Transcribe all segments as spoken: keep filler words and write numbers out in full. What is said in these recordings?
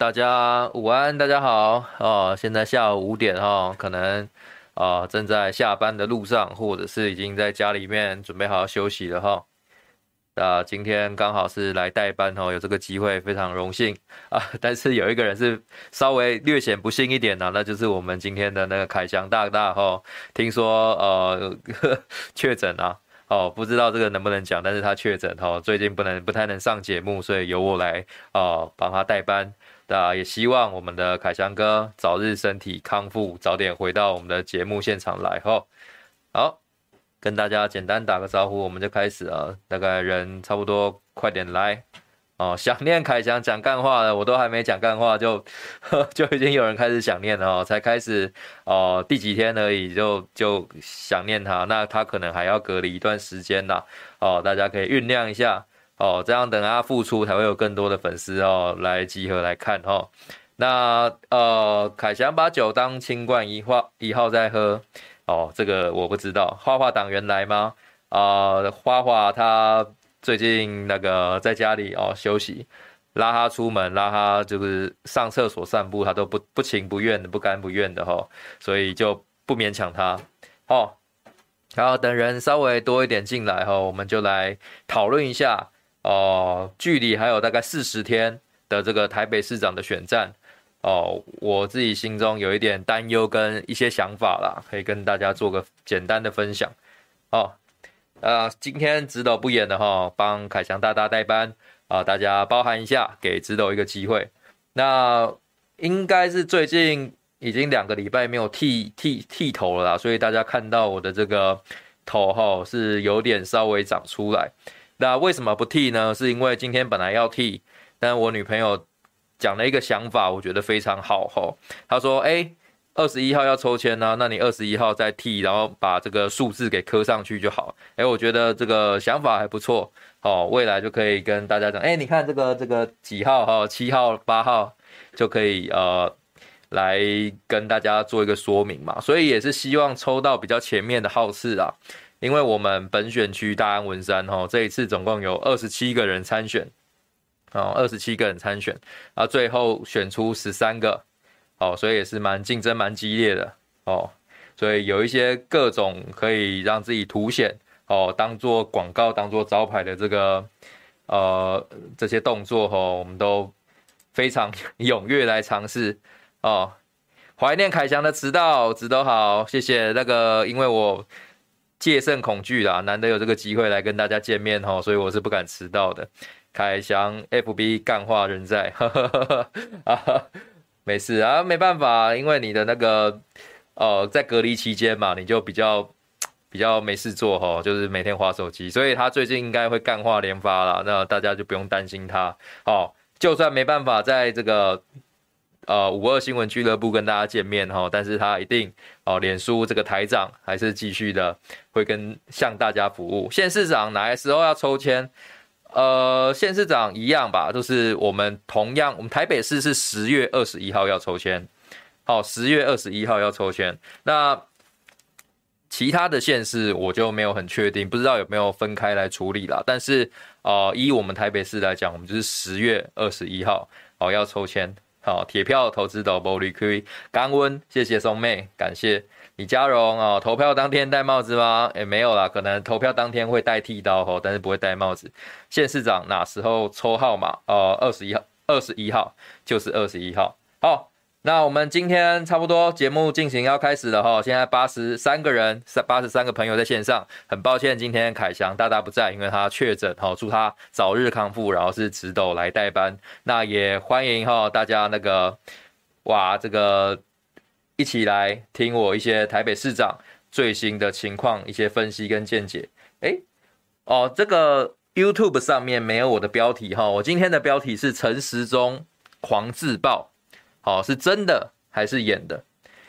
大家午安，大家好哦。现在下午五点哦，可能啊、呃正在下班的路上，或者是已经在家里面准备好要休息了哈。那今天刚好是来代班哦，有这个机会非常荣幸啊。但是有一个人是稍微略显不幸一点呢、啊，那就是我们今天的那个凯翔大大哈，听说呃确诊啊。哦，不知道这个能不能讲，但是他确诊哦，最近不能不太能上节目，所以由我来哦帮他代班。那也希望我们的凯翔哥早日身体康复，早点回到我们的节目现场来吼。好，跟大家简单打个招呼，我们就开始啊。大概人差不多，快点来哦。想念凯翔讲干话了，我都还没讲干话就就已经有人开始想念了哦，才开始哦，第几天而已就就想念他，那他可能还要隔离一段时间啦哦，大家可以酝酿一下哦，这样等他复出才会有更多的粉丝哦来集合来看哦。那呃，凯翔把酒当清冠一号一号在喝哦，这个我不知道。花花党员来吗？啊、呃，花花他最近那个在家里哦休息，拉他出门，拉他就是上厕所散步，他都不不情不愿的，不甘不愿的哈，所以就不勉强他哦。然后等人稍微多一点进来哈，我们就来讨论一下哦，距离还有大概四十天的这个台北市长的选战哦，我自己心中有一点担忧跟一些想法啦，可以跟大家做个简单的分享哦。呃，今天直斗不演的哈，帮凯翔大大代班啊、呃，大家包涵一下，给直斗一个机会。那应该是最近已经两个礼拜没有剃剃剃头了啦，所以大家看到我的这个头哈是有点稍微长出来。那为什么不剃呢？是因为今天本来要剃，但我女朋友讲了一个想法，我觉得非常好吼。她说：“哎，二十一号要抽签呢、啊，那你二十一号再剃，然后把这个数字给刻上去就好。”哎，我觉得这个想法还不错哦，未来就可以跟大家讲，哎，你看这个这个几号哈，七号、八号就可以呃来跟大家做一个说明嘛。所以也是希望抽到比较前面的号次啊。因为我们本选区大安文山哈，这一次总共有二十七个人参选，哦，二十七个人参选，啊，最后选出十三个，哦，所以也是蛮竞争蛮激烈的哦，所以有一些各种可以让自己凸显哦，当做广告、当做招牌的这个呃这些动作哦，我们都非常踊跃来尝试哦。怀念凯翔的迟到，直都好，谢谢那个，因为我戒慎恐惧啦，难得有这个机会来跟大家见面吼，所以我是不敢迟到的。凯翔 F B 干话仍在，呵呵呵啊，没事啊，没办法，因为你的那个呃在隔离期间嘛，你就比较比较没事做吼，就是每天滑手机，所以他最近应该会干话连发啦，那大家就不用担心他哦。就算没办法在这个呃五二新闻俱乐部跟大家见面哈，但是他一定哦，脸书这个台长还是继续的会跟向大家服务。县市长哪个时候要抽签？呃，县市长一样吧，就是我们同样，我们台北市是十月二十一号要抽签，好、哦，十月二十一号要抽签。那其他的县市我就没有很确定，不知道有没有分开来处理啦。但是呃，以我们台北市来讲，我们就是十月二十一号哦要抽签。好，铁票投资斗玻璃区，感恩，谢谢松妹，感谢李嘉荣哦。投票当天戴帽子吗？也没有啦，可能投票当天会戴剃刀哦，但是不会戴帽子。县市长哪时候抽号码？呃，二十一号，二十一号就是二十一号。好，那我们今天差不多节目进行要开始了哈，现在八十三个人，八十三个朋友在线上，很抱歉今天凯翔大大不在，因为他确诊，好，祝他早日康复，然后是直斗来代班，那也欢迎哈大家那个哇这个一起来听我一些台北市长最新的情况一些分析跟见解。哎，哦，这个 YouTube 上面没有我的标题哈，我今天的标题是陈时中狂自爆。好、哦，是真的还是演的？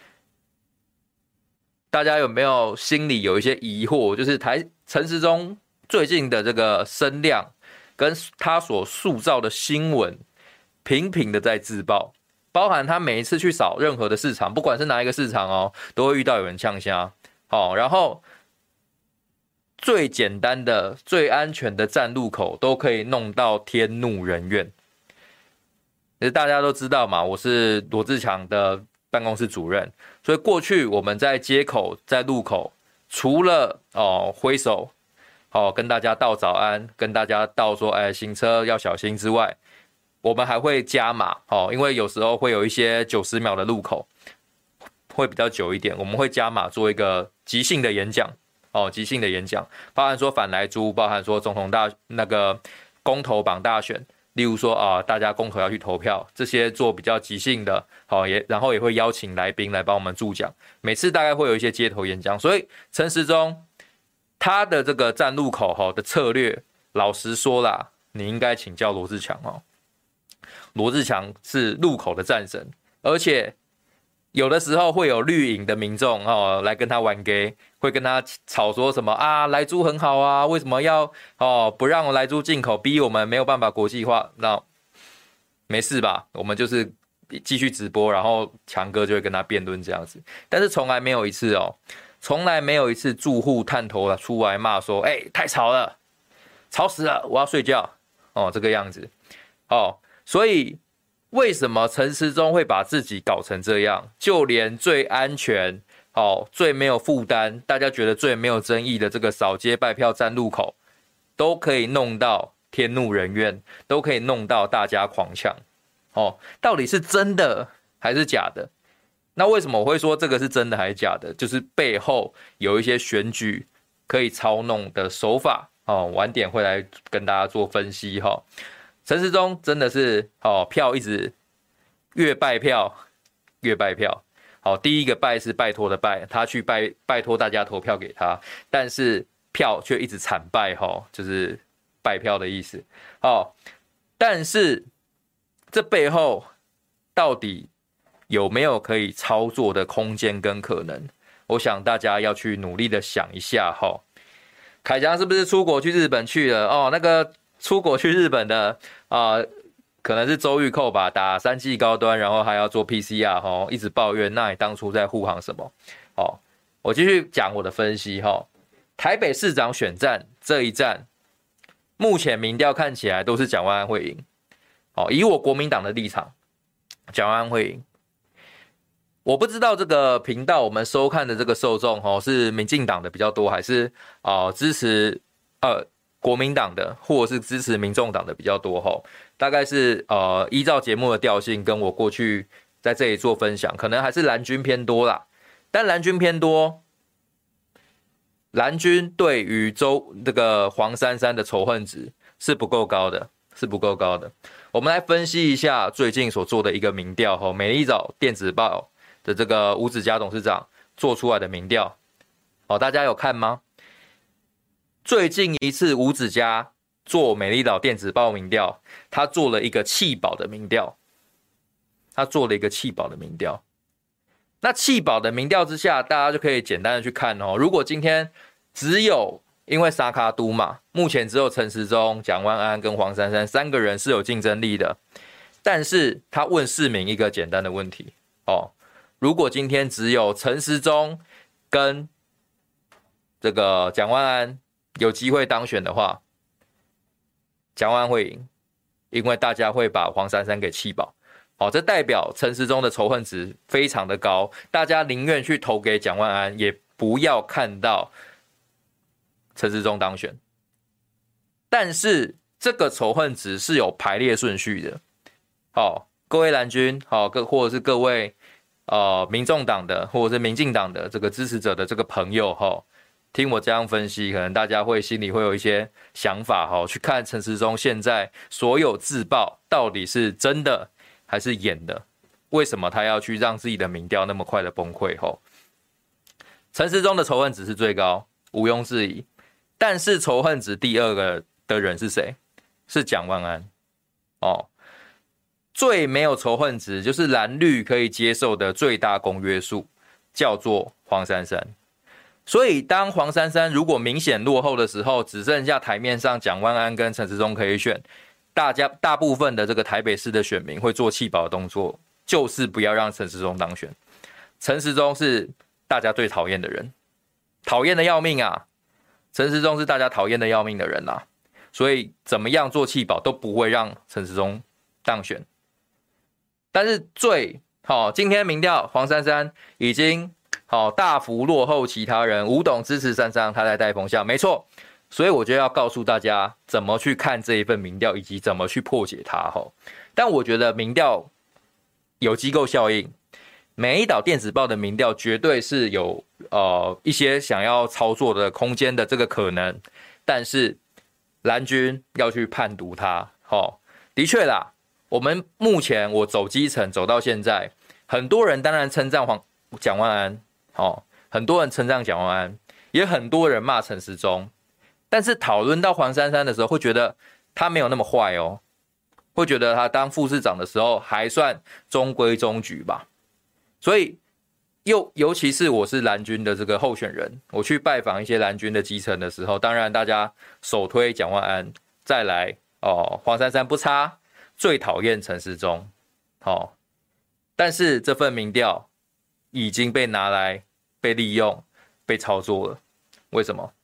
大家有没有心里有一些疑惑？就是台陈时中最近的这个声量，跟他所塑造的新闻，频频的在自爆，包含他每一次去扫任何的市场，不管是哪一个市场哦，都会遇到有人呛虾。好、哦，然后最简单的、最安全的站路口，都可以弄到天怒人怨。 其实大家都知道嘛，我是罗志强的办公室主任，所以过去我们在街口、在路口，除了哦挥手，哦跟大家道早安，跟大家道说，哎，行车要小心之外，我们还会加码哦，因为有时候会有一些九十秒的路口，会比较久一点，我们会加码做一个即兴的演讲哦，即兴的演讲，包含说反莱猪，包含说总统大那个公投榜大选。例如说啊，大家公投要去投票，这些做比较即兴的，好也，然后也会邀请来宾来帮我们助讲。每次大概会有一些街头演讲，所以陈时中他的这个站路口哈的策略，老实说啦，你应该请教罗志强哦。罗志强是路口的战神，而且有的时候会有绿营的民众哦来跟他玩 gay， 会跟他吵说什么啊，莱猪很好啊，为什么要哦不让莱猪进口，逼我们没有办法国际化？那没事吧？我们就是继续直播，然后强哥就会跟他辩论这样子。但是从来没有一次哦，从来没有一次住户探头了出来骂说，哎、欸，太吵了，吵死了，我要睡觉哦，这个样子哦，所以。为什么陈时中会把自己搞成这样？就连最安全、哦、最没有负担、大家觉得最没有争议的这个扫街拜票站路口，都可以弄到天怒人怨，都可以弄到大家狂抢。哦，到底是真的还是假的？那为什么我会说这个是真的还是假的？就是背后有一些选举可以操弄的手法。哦，晚点会来跟大家做分析哈。哦陈时中真的是哦，票一直越拜票越拜票。好，第一个拜是拜托的拜，他去拜拜托大家投票给他，但是票却一直惨败哈，就是拜票的意思。哦，但是这背后到底有没有可以操作的空间跟可能？我想大家要去努力的想一下哈。凯强是不是出国去日本去了？哦，那个。出国去日本的啊、呃，可能是周玉蔻吧，打三剂高端，然后还要做 P C R 哈，一直抱怨。那你当初在护航什么？哦，我继续讲我的分析哈。台北市长选战这一战，目前民调看起来都是蒋万安会赢。哦，以我国民党的立场，蒋万安会赢。我不知道这个频道我们收看的这个受众哦，是民进党的比较多，还是啊、呃、支持呃。国民党的或者是支持民众党的比较多吼，大概是呃依照节目的调性跟我过去在这里做分享，可能还是蓝军偏多啦。但蓝军偏多，蓝军对于周这个黄珊珊的仇恨值是不够高的，是不够高的。我们来分析一下最近所做的一个民调吼，美丽岛电子报的这个吴子嘉董事长做出来的民调，哦，大家有看吗？最近一次吴子嘉做美丽岛电子报民调，他做了一个弃保的民调，他做了一个弃保的民调。那弃保的民调之下，大家就可以简单的去看哦。如果今天只有因为沙卡都嘛，目前只有陈时中、蒋万安跟黄珊珊三个人是有竞争力的，但是他问市民一个简单的问题哦：如果今天只有陈时中跟这个蒋万安有机会当选的话，蒋万安会赢，因为大家会把黄珊珊给弃保。好，这代表陈时中的仇恨值非常的高，大家宁愿去投给蒋万安，也不要看到陈时中当选。但是这个仇恨值是有排列顺序的。好，各位蓝军，好，各或者是各位呃民众党的或者是民进党的这个支持者的这个朋友哈。听我这样分析，可能大家会心里会有一些想法哈，去看陈时中现在所有自爆到底是真的还是演的？为什么他要去让自己的民调那么快的崩溃？吼，陈时中的仇恨值是最高，毋庸置疑。但是仇恨值第二个的人是谁？是蒋万安。哦，最没有仇恨值，就是蓝绿可以接受的最大公约数，叫做黄珊珊。所以当黄珊珊如果明显落后的时候，只剩下台面上蒋万安跟陈时中可以选，大家大部分的这个台北市的选民会做弃保的动作，就是不要让陈时中当选。陈时中是大家最讨厌的人，讨厌的要命啊！陈时中是大家讨厌的要命的人啊，所以怎么样做弃保都不会让陈时中当选。 但是最好、哦、今天民调黄珊珊已经好、哦、大幅落后其他人，吴董支持珊珊，他在带风向，没错。所以我就要告诉大家怎么去看这一份民调，以及怎么去破解它。但我觉得民调有机构效应，每一岛电子报的民调绝对是有呃一些想要操作的空间的这个可能，但是蓝军要去判读它。哦，的确啦，我们目前我走基层走到现在，很多人当然称赞黄蒋万安，哦，很多人称赞蒋万安，也很多人骂陈时中。但是讨论到黄珊珊的时候，会觉得他没有那么坏哦，会觉得他当副市长的时候还算中规中矩吧。所以又尤其是我是蓝军的这个候选人，我去拜访一些蓝军的基层的时候，当然大家首推蒋万安，再来哦黄珊珊不差，最讨厌陈时中，哦，但是这份民调已经被拿来被利用、被操作了，为什么？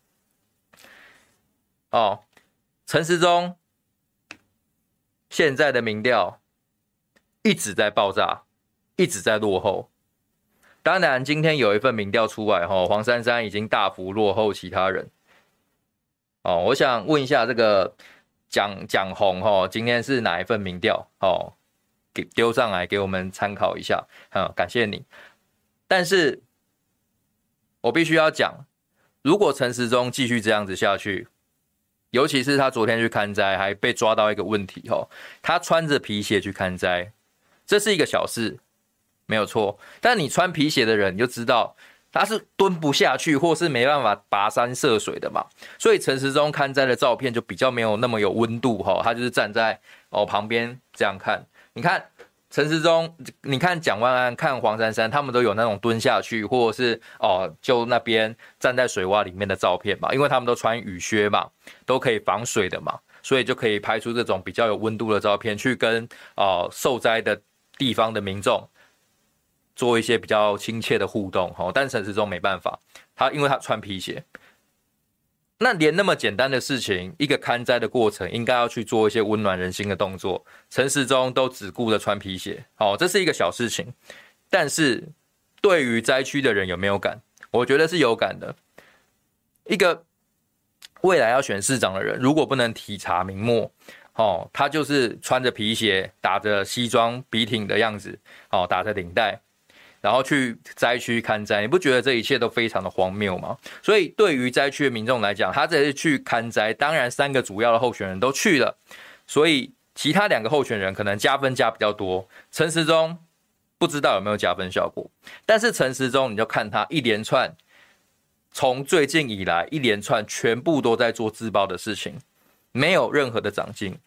哦，陈时中现在的民调一直在爆炸，一直在落后。当然，今天有一份民调出来，哈，黄珊珊已经大幅落后其他人。哦，我想问一下这个蒋蒋红，哈，今天是哪一份民调？哦，给丢上来给我们参考一下，啊，感谢你。但是，我必须要讲，如果陈时中继续这样子下去，尤其是他昨天去看灾，还被抓到一个问题哦，他穿着皮鞋去看灾，这是一个小事，没有错。但你穿皮鞋的人，你就知道他是蹲不下去，或是没办法跋山涉水的嘛。所以陈时中看灾的照片就比较没有那么有温度哈，他就是站在哦旁边这样看。你看陈时中，你看蒋万安，看黄珊珊，他们都有那种蹲下去，或者是哦就那边站在水洼里面的照片嘛，因为他们都穿雨靴嘛，都可以防水的嘛，所以就可以拍出这种比较有温度的照片，去跟哦受灾的地方的民众做一些比较亲切的互动。哦，但陈时中没办法，他因为他穿皮鞋。那连那么简单的事情，一个看灾的过程，应该要去做一些温暖人心的动作。陈时中都只顾着穿皮鞋，哦，这是一个小事情。但是对于灾区的人有没有感？我觉得是有感的。一个未来要选市长的人，如果不能体察民末，哦，他就是穿着皮鞋，打着西装笔挺的样子，哦，打着领带，然后去灾区看灾，你不觉得这一切都非常的荒谬吗？所以对于灾区的民众来讲，他这次去看灾，当然三个主要的候选人都去了，所以其他两个候选人可能加分加比较多。陈时中不知道有没有加分效果，但是陈时中你就看他一连串，从最近以来一连串全部都在做自爆的事情，没有任何的长进。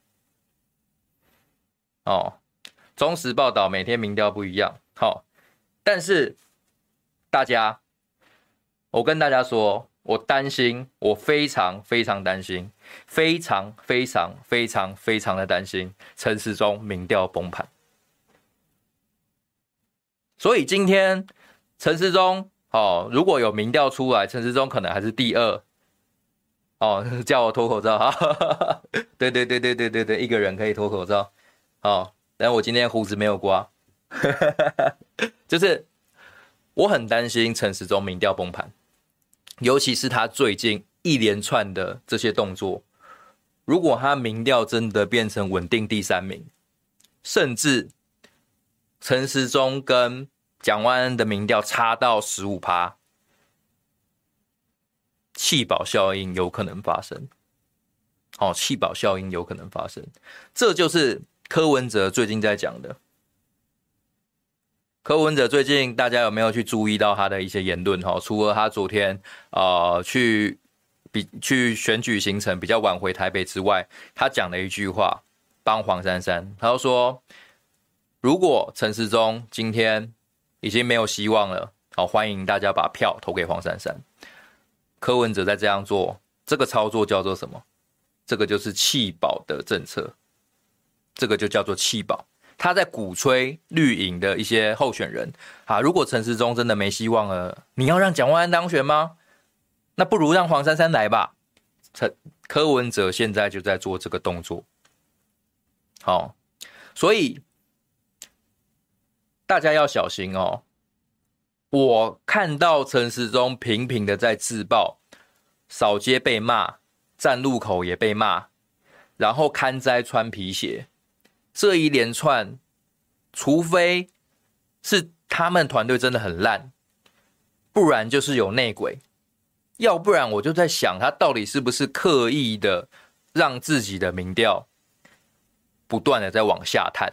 哦，中时报道每天民调不一样，好。但是大家，我跟大家说，我担心，我非常非常担心，非常非常非常非常的担心陈时中民调崩盘。所以今天陈时中，哦，如果有民调出来，陈时中可能还是第二。哦，叫我脱口罩，哈哈哈，对对对对对对对，一个人可以脱口罩。哦，但我今天胡子没有刮。就是我很担心陈时中民调崩盘，尤其是他最近一连串的这些动作，如果他民调真的变成稳定第三名，甚至陈时中跟蒋万安的民调差到 百分之十五， 弃保效应有可能发生。哦，弃保效应有可能发生，这就是柯文哲最近在讲的。柯文哲最近大家有没有去注意到他的一些言论？除了他昨天呃去比去选举行程比较晚回台北之外，他讲了一句话，帮黄珊珊，他就说，如果陈时中今天已经没有希望了，好，欢迎大家把票投给黄珊珊。柯文哲在这样做，这个操作叫做什么？这个就是弃保的政策，这个就叫做弃保。他在鼓吹绿营的一些候选人啊，如果陈时中真的没希望了，你要让蒋万安当选吗？那不如让黄珊珊来吧。柯文哲现在就在做这个动作。好，所以大家要小心哦。我看到陈时中频频的在自爆，扫街被骂，站路口也被骂，然后看灾穿皮鞋，这一连串，除非是他们团队真的很烂，不然就是有内鬼，要不然我就在想，他到底是不是刻意的让自己的民调不断的在往下探。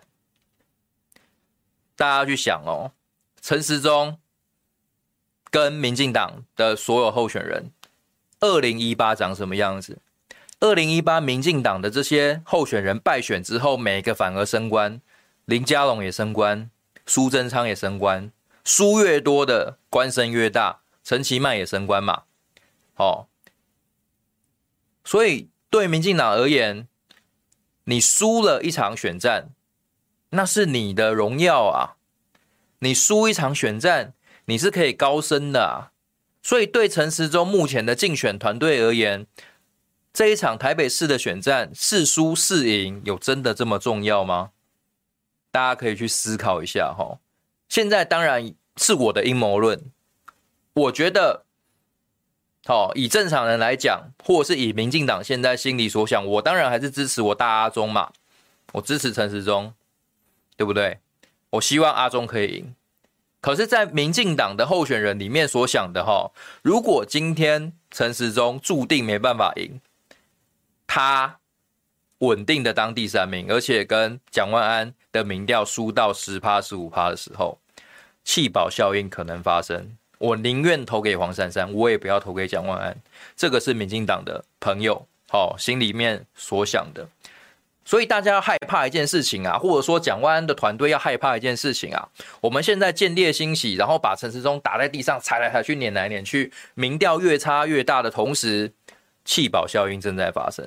大家去想哦，陈时中跟民进党的所有候选人二零一八长什么样子？二零一八民进党的这些候选人败选之后，每个反而升官，林佳龙也升官，苏贞昌也升官，输越多的官升越大，陈其迈也升官嘛。哦，所以对民进党而言，你输了一场选战，那是你的荣耀啊！你输一场选战，你是可以高升的啊！所以对陈时中目前的竞选团队而言，这一场台北市的选战是输是赢，有真的这么重要吗？大家可以去思考一下哈。现在当然是我的阴谋论，我觉得，好，以正常人来讲，或是以民进党现在心里所想，我当然还是支持我大阿中嘛，我支持陈时中，对不对？我希望阿中可以赢。可是，在民进党的候选人里面所想的哈，如果今天陈时中注定没办法赢，他稳定的当第三名，而且跟蒋万安的民调输到 百分之十、百分之十五 的时候，弃保效应可能发生。我宁愿投给黄珊珊，我也不要投给蒋万安。这个是民进党的朋友、哦、心里面所想的。所以大家要害怕一件事情啊，或者说蒋万安的团队要害怕一件事情啊。我们现在见猎欣喜，然后把陈时中打在地上，踩来踩去，碾来碾去，民调越差越大的同时，弃保效应正在发生。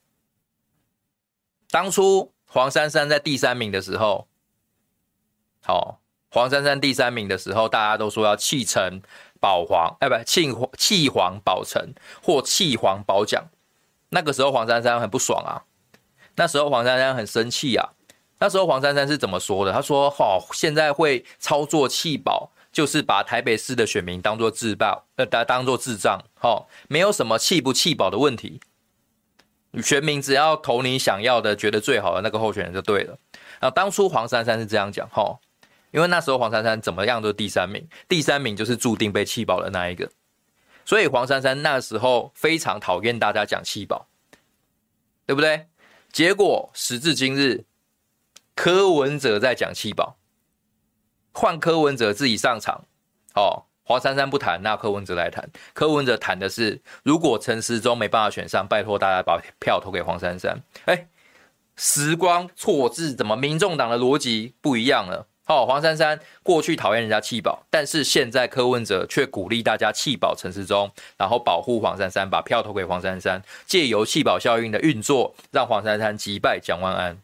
当初黄珊珊在第三名的时候，好，黄珊珊第三名的时候，大家都说要弃陈保黄，哎，不，弃弃黄保陈或弃黄保蒋。那个时候黄珊珊很不爽啊。那时候黄珊珊很生气啊，那时候黄珊珊是怎么说的？他说：“哦，现在会操作弃保，就是把台北市的选民当作自爆，呃，当作智障，哦，没有什么弃不弃保的问题，选民只要投你想要的、觉得最好的那个候选人就对了。”然后当初黄珊珊是这样讲，哦，因为那时候黄珊珊怎么样都是第三名，第三名就是注定被弃保的那一个，所以黄珊珊那时候非常讨厌大家讲弃保，对不对？结果时至今日，柯文哲在讲弃保，换柯文哲自己上场，哦，黄珊珊不谈，那柯文哲来谈。柯文哲谈的是，如果陈时中没办法选上，拜托大家把票投给黄珊珊。哎，时光错置，怎么民众党的逻辑不一样了？哦，黄珊珊过去讨厌人家弃保，但是现在柯文哲却鼓励大家弃保陈时中，然后保护黄珊珊，把票投给黄珊珊，借由弃保效应的运作，让黄珊珊击败蒋万安。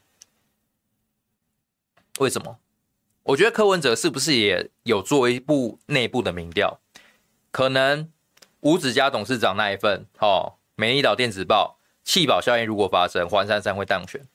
为什么？我觉得柯文哲是不是也有做一部内部的民调？可能吴子嘉董事长那一份，哦，美丽岛电子报弃保效应如果发生，黄珊珊会当选。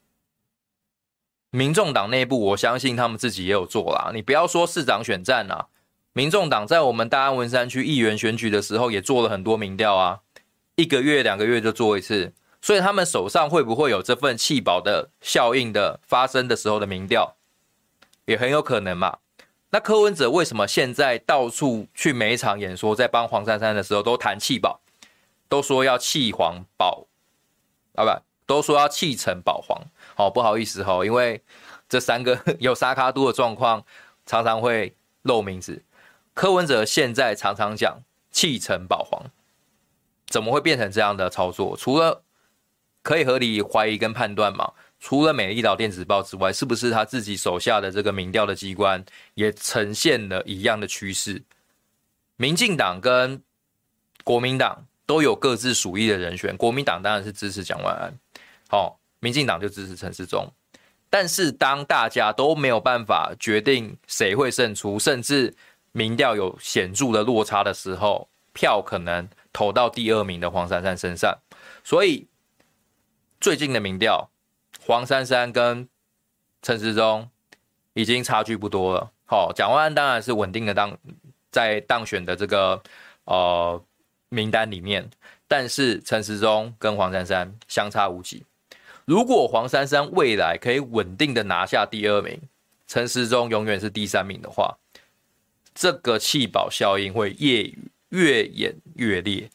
民众党内部，我相信他们自己也有做啦。你不要说市长选战啊，民众党在我们大安文山区议员选举的时候，也做了很多民调啊，一个月、两个月就做一次。所以他们手上会不会有这份弃保的效应的发生的时候的民调，也很有可能嘛。那柯文哲为什么现在到处去每一场演说，在帮黄珊珊的时候都谈弃保，都说要弃黄保啊，不，都说要弃陈保黄。好，不好意思哈，因为这三个有沙卡都的状况，常常会漏名字。柯文哲现在常常讲弃陈保黄，怎么会变成这样的操作？除了可以合理怀疑跟判断嘛，除了美丽岛电子报之外，是不是他自己手下的这个民调的机关也呈现了一样的趋势？民进党跟国民党都有各自属意的人选，国民党当然是支持蒋万安，好。民进党就支持陈时中，但是当大家都没有办法决定谁会胜出，甚至民调有显著的落差的时候，票可能投到第二名的黄珊珊身上。所以最近的民调，黄珊珊跟陈时中已经差距不多了。好，蒋万安当然是稳定的当在当选的这个呃名单里面，但是陈时中跟黄珊珊相差无几。如果黄珊珊未来可以稳定的拿下第二名，陈时中永远是第三名的话，这个弃保效应会越越演越烈。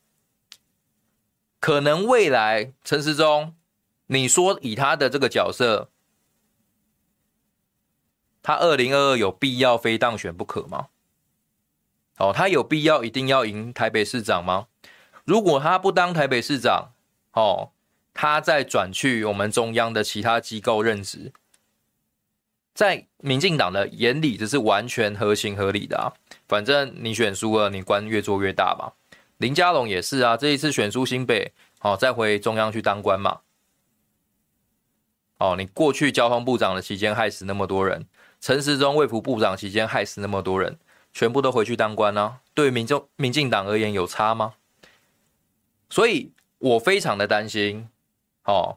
可能未来陈时中，你说以他的这个角色，他二零二二有必要非当选不可吗？哦，他有必要一定要赢台北市长吗？如果他不当台北市长，哦，他再转去我们中央的其他机构任职，在民进党的眼里，这是完全合情合理的啊。反正你选输了，你官越做越大嘛。林佳龙也是啊，这一次选输新北，哦，再回中央去当官嘛。哦，你过去交通部长的期间害死那么多人，陈时中卫福部长期间害死那么多人，全部都回去当官啊。对于民众民进党而言有差吗？所以我非常的担心，哦，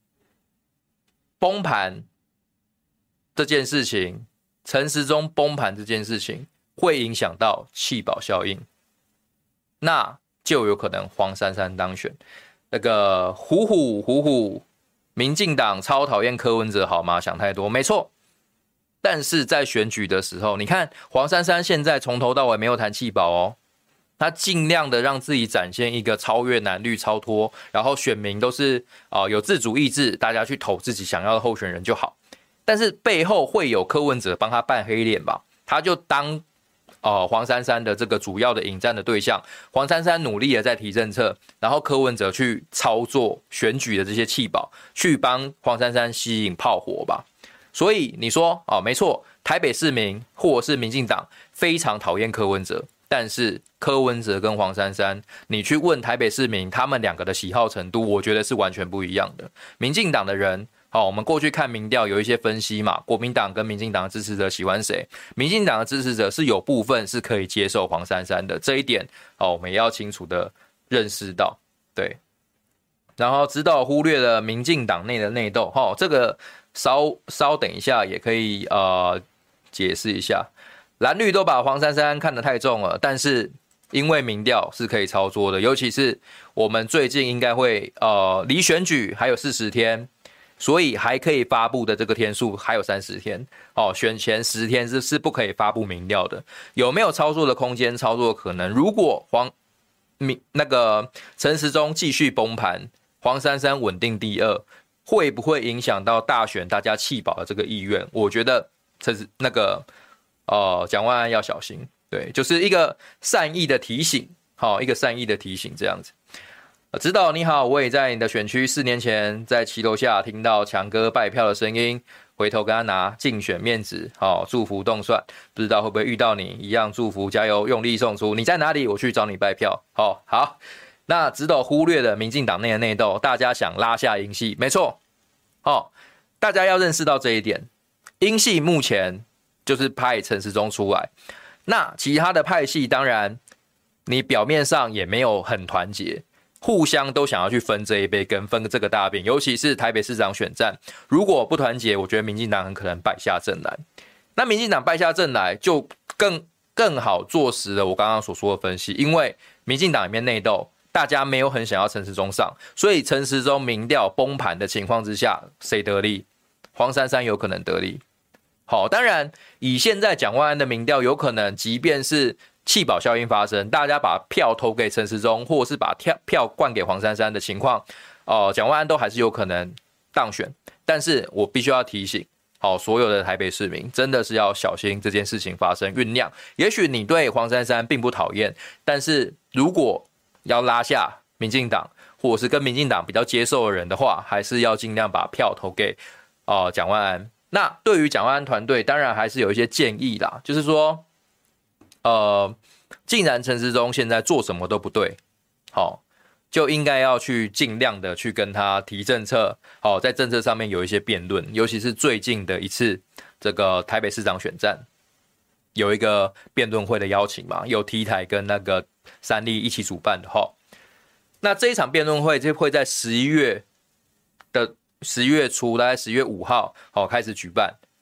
崩盘这件事情，陈时中崩盘这件事情会影响到弃保效应，那就有可能黄珊珊当选。那个虎虎虎虎，民进党超讨厌柯文哲好吗？想太多，没错。但是在选举的时候，你看黄珊珊现在从头到尾没有谈弃保哦，他尽量的让自己展现一个超越蓝绿超脱，然后选民都是、呃、有自主意志，大家去投自己想要的候选人就好。但是背后会有柯文哲帮他扮黑脸吧？他就当呃黄珊珊的这个主要的引战的对象，黄珊珊努力的在提政策，然后柯文哲去操作选举的这些弃保，去帮黄珊珊吸引炮火吧。所以你说哦，没错，台北市民或者是民进党非常讨厌柯文哲，但是柯文哲跟黄珊珊，你去问台北市民，他们两个的喜好程度，我觉得是完全不一样的。民进党的人，好，我们过去看民调有一些分析嘛，国民党跟民进党的支持者喜欢谁？民进党的支持者是有部分是可以接受黄珊珊的，这一点哦，我们也要清楚的认识到，对。然后直到忽略了民进党内的内斗，哈，这个稍稍等一下也可以呃解释一下。蓝绿都把黄珊珊看得太重了，但是因为民调是可以操作的，尤其是我们最近应该会呃离选举还有四十天，所以还可以发布的这个天数还有三十天哦，选前十天是是不可以发布民调的，有没有操作的空间、操作可能？如果黄民那个陈时中继续崩盘，黄珊珊稳定第二，会不会影响到大选大家弃保的这个意愿？我觉得这是那个呃蒋万安要小心，对，就是一个善意的提醒，好、哦，一个善意的提醒这样子。指导你好，我也在你的选区四年前在骑楼下听到强哥拜票的声音，回头跟他拿竞选面子，好、哦、祝福动算，不知道会不会遇到你一样祝福，加油，用力送出。你在哪里？我去找你拜票。好、哦、好。那指导忽略了民进党内的内斗，大家想拉下英系，没错，哦，大家要认识到这一点。英系目前就是派陈时中出来，那其他的派系当然你表面上也没有很团结，互相都想要去分这一杯羹，分这个大饼。尤其是台北市长选战，如果不团结，我觉得民进党很可能败下阵来。那民进党败下阵来，就更更好坐实了我刚刚所说的分析，因为民进党里面内斗。大家没有很想要陈时中上，所以陈时中民调崩盘的情况之下，谁得利？黄珊珊有可能得利。好，当然以现在蒋万安的民调，有可能即便是弃保效应发生，大家把票投给陈时中，或者是把票灌给黄珊珊的情况，哦、呃，蒋万安都还是有可能当选。但是我必须要提醒，好，所有的台北市民真的是要小心这件事情发生酝酿。也许你对黄珊珊并不讨厌，但是如果要拉下民进党，或者是跟民进党比较接受的人的话，还是要尽量把票投给呃蒋万安。那对于蒋万安团队，当然还是有一些建议啦，就是说，呃，既然陈时中现在做什么都不对，好，就应该要去尽量的去跟他提政策，好，在政策上面有一些辩论，尤其是最近的一次这个台北市长选战。有一个辩论会的邀请嘛，有 T 台跟那个三立一起主办的哈。那这一场辩论会就会在十一月的十月初，大概十月五号好开始举办。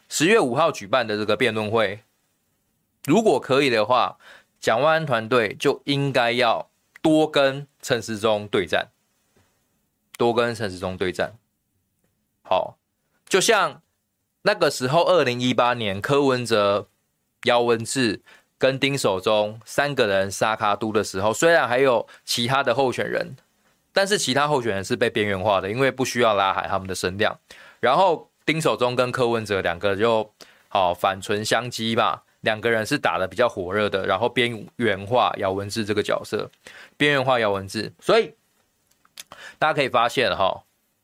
十月五号举办的这个辩论会，如果可以的话，蒋万安团队就应该要多跟陈时中对战，多跟陈时中对战。好，就像那个时候二零一八年柯文哲、姚文智跟丁守中三个人杀卡都的时候，虽然还有其他的候选人，但是其他候选人是被边缘化的，因为不需要拉抬他们的声量。然后丁守中跟柯文哲两个就好反唇相讥吧，两个人是打得比较火热的，然后边缘化姚文智这个角色，边缘化姚文智。所以大家可以发现哈，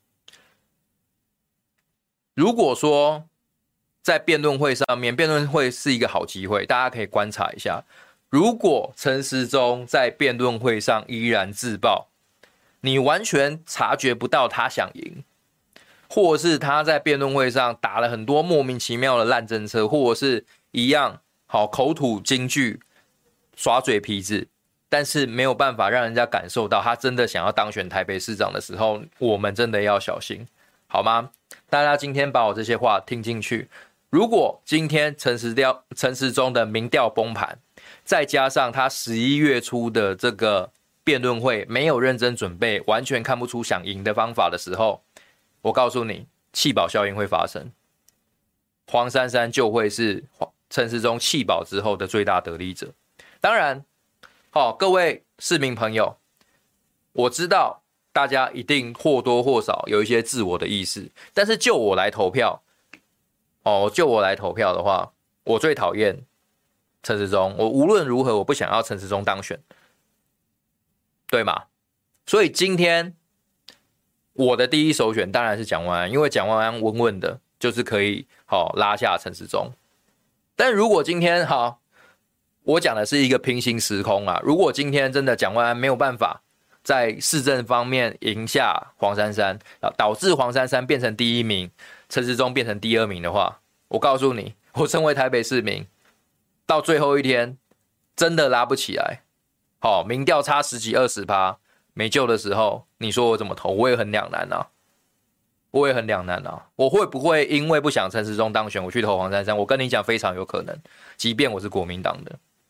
如果说在辩论会上面，辩论会是一个好机会，大家可以观察一下。如果陈时中在辩论会上依然自爆，你完全察觉不到他想赢，或是他在辩论会上打了很多莫名其妙的烂政策，或者是一样好口吐金句、耍嘴皮子，但是没有办法让人家感受到他真的想要当选台北市长的时候，我们真的要小心，好吗？大家今天把我这些话听进去。如果今天陈时调陈时中的民调崩盘，再加上他十一月初的这个辩论会没有认真准备，完全看不出想赢的方法的时候，我告诉你，弃保效应会发生，黄珊珊就会是陈时中弃保之后的最大得利者。当然，哦，各位市民朋友，我知道大家一定或多或少有一些自我的意识，但是就我来投票，哦，就我来投票的话，我最讨厌陈时中，我无论如何我不想要陈时中当选，对吗？所以今天我的第一首选当然是蒋万安，因为蒋万安稳稳的，就是可以好拉下陈时中。但如果今天好，我讲的是一个平行时空啊，如果今天真的蒋万安没有办法在市政方面赢下黄珊珊，导致黄珊珊变成第一名，陈时中变成第二名的话，我告诉你，我身为台北市民，到最后一天真的拉不起来，好，民调差十几二十趴，没救的时候，你说我怎么投？我也很两难啊，我也很两难啊。我会不会因为不想陈时中当选，我去投黄珊珊？我跟你讲，非常有可能，即便我是国民党的，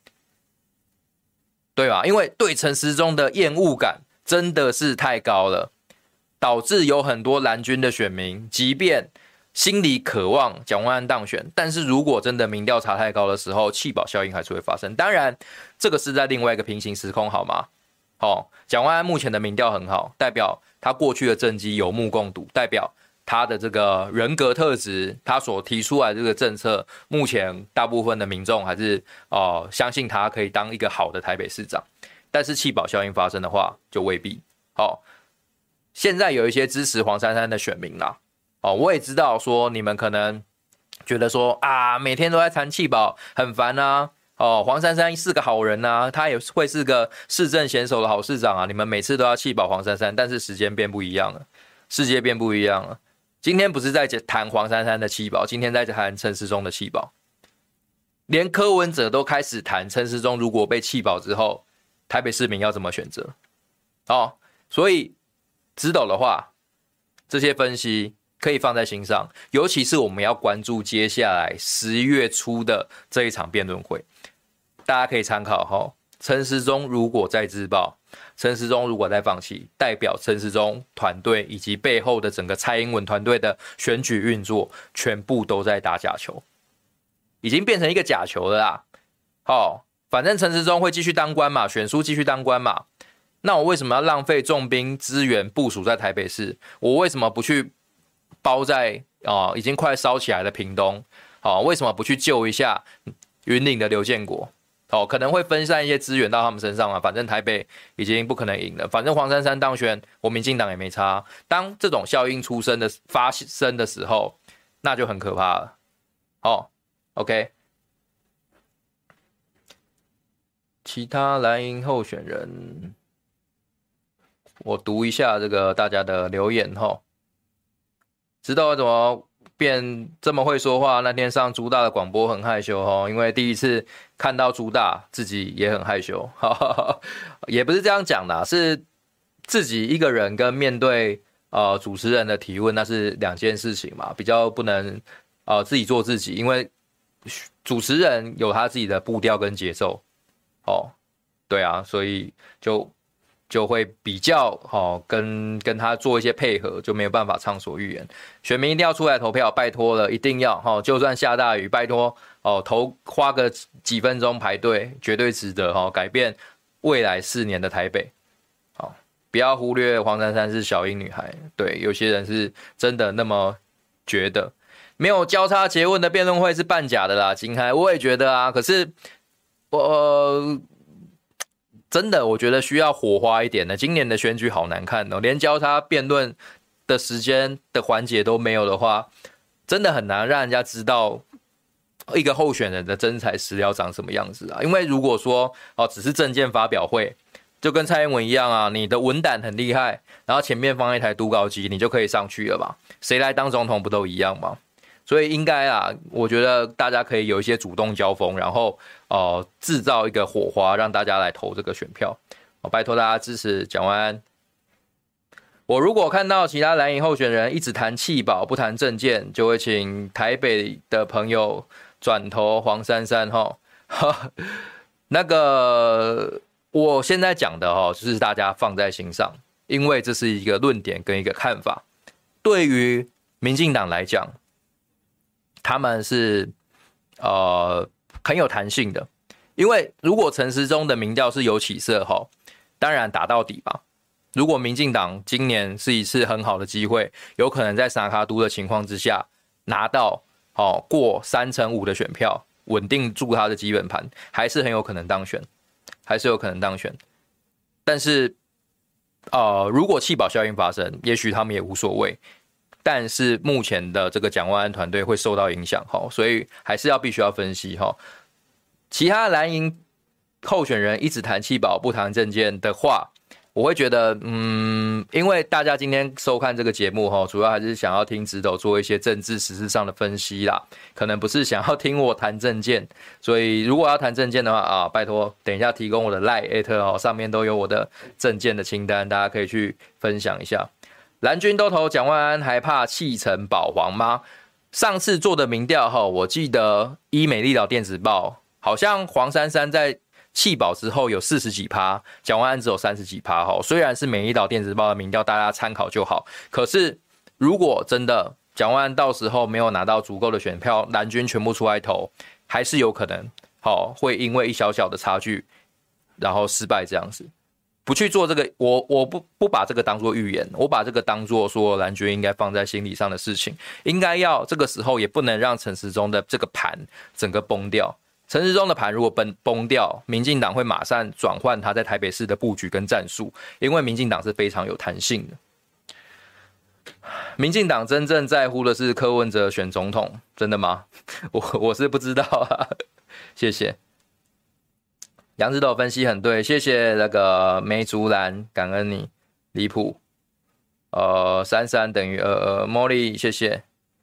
对吧？因为对陈时中的厌恶感真的是太高了，导致有很多蓝军的选民，即便心里渴望蒋万安当选，但是如果真的民调差太高的时候，弃保效应还是会发生。当然，这个是在另外一个平行时空，好吗？哦，蒋万安目前的民调很好，代表他过去的政绩有目共睹，代表他的这个人格特质，他所提出来的这个政策，目前大部分的民众还是哦相信他可以当一个好的台北市长。但是弃保效应发生的话，就未必。好，现在有一些支持黄珊珊的选民啦，哦，我也知道说你们可能觉得说啊，每天都在谈弃保，很烦啊。哦，黄珊珊是个好人啊，他也会是个市政娴熟的好市长啊。你们每次都要弃保黄珊珊，但是时间变不一样了，世界变不一样了。今天不是在谈黄珊珊的弃保，今天在谈陈时中的弃保。连柯文哲都开始谈陈时中如果被弃保之后，台北市民要怎么选择？哦，所以直斗的话，这些分析可以放在心上，尤其是我们要关注接下来十一月初的这一场辩论会，大家可以参考哈。陈时中如果再自爆，陈时中如果再放弃，代表陈时中团队以及背后的整个蔡英文团队的选举运作，全部都在打假球，已经变成一个假球了啦。哦，反正陈时中会继续当官嘛，选书继续当官嘛，那我为什么要浪费重兵资源部署在台北市？我为什么不去包在、呃、已经快烧起来的屏东、哦、为什么不去救一下云林的刘建国、哦、可能会分散一些资源到他们身上嘛，反正台北已经不可能赢了，反正黄珊珊当选，我民进党也没差。当这种效应出生的发生的时候，那就很可怕了。哦 OK， 其他蓝营候选人，我读一下这个大家的留言哈。知道怎么变这么会说话？那天上朱大的广播很害羞哈，因为第一次看到朱大，自己也很害羞。也不是这样讲的，是自己一个人跟面对呃主持人的提问，那是两件事情嘛，比较不能呃自己做自己，因为主持人有他自己的步调跟节奏，哦，对啊，所以就就会比较哦跟跟他做一些配合，就没有办法畅所欲言。选民一定要出来投票，拜托了，一定要哦，就算下大雨，拜托哦，投花个几分钟排队，绝对值得哦，改变未来四年的台北。好，不要忽略黄珊珊是小英女孩，对，有些人是真的那么觉得。没有交叉诘问的辩论会是半假的啦，金海，我也觉得啊。可是我、呃、真的我觉得需要火花一点的。今年的选举好难看哦，连交叉辩论的时间的环节都没有的话，真的很难让人家知道一个候选人的真材实料长什么样子啊。因为如果说哦只是政见发表会，就跟蔡英文一样啊，你的文胆很厉害，然后前面放一台读稿机，你就可以上去了吧？谁来当总统不都一样吗？所以应该啊，我觉得大家可以有一些主动交锋，然后呃制造一个火花，让大家来投这个选票。哦、拜托大家支持蒋万安。我如果看到其他蓝营候选人一直谈弃保不谈政见，就会请台北的朋友转投黄珊珊哈。那个我现在讲的哈，就是大家放在心上，因为这是一个论点跟一个看法。对于民进党来讲，他们是呃很有弹性的，因为如果陈时中的民调是有起色哈，当然打到底吧。如果民进党今年是一次很好的机会，有可能在沙卡都的情况之下拿到哦过三成五的选票，稳定住他的基本盘，还是很有可能当选，还是有可能当选。但是呃如果弃保效应发生，也许他们也无所谓。但是目前的这个蒋万安团队会受到影响，所以还是要必须要分析。其他蓝营候选人一直谈弃保不谈政见的话，我会觉得，嗯，因为大家今天收看这个节目，主要还是想要听指导做一些政治实质上的分析啦，可能不是想要听我谈政见。所以如果要谈政见的话啊，拜托等一下提供我的 LINE@ 上面都有我的政见的清单，大家可以去分享一下。蓝军都投蒋万安，还怕弃城保黄吗？上次做的民调，我记得依美丽岛电子报，好像黄珊珊在弃保之后有四十几趴，蒋万安只有三十几趴。虽然是美丽岛电子报的民调，大家参考就好。可是如果真的蒋万安到时候没有拿到足够的选票，蓝军全部出来投，还是有可能会因为一小小的差距，然后失败这样子。不去做这个，我我不不把这个当作预言，我把这个当作说蓝军应该放在心理上的事情，应该要这个时候也不能让陈时中的这个盘整个崩掉。陈时中的盘如果崩崩掉，民进党会马上转换他在台北市的布局跟战术，因为民进党是非常有弹性的。民进党真正在乎的是柯文哲选总统，真的吗？我我是不知道啊，谢谢。杨指导分析很对，谢谢那个梅竹兰，感恩你，离谱。呃，三三等于二二，茉莉，谢谢。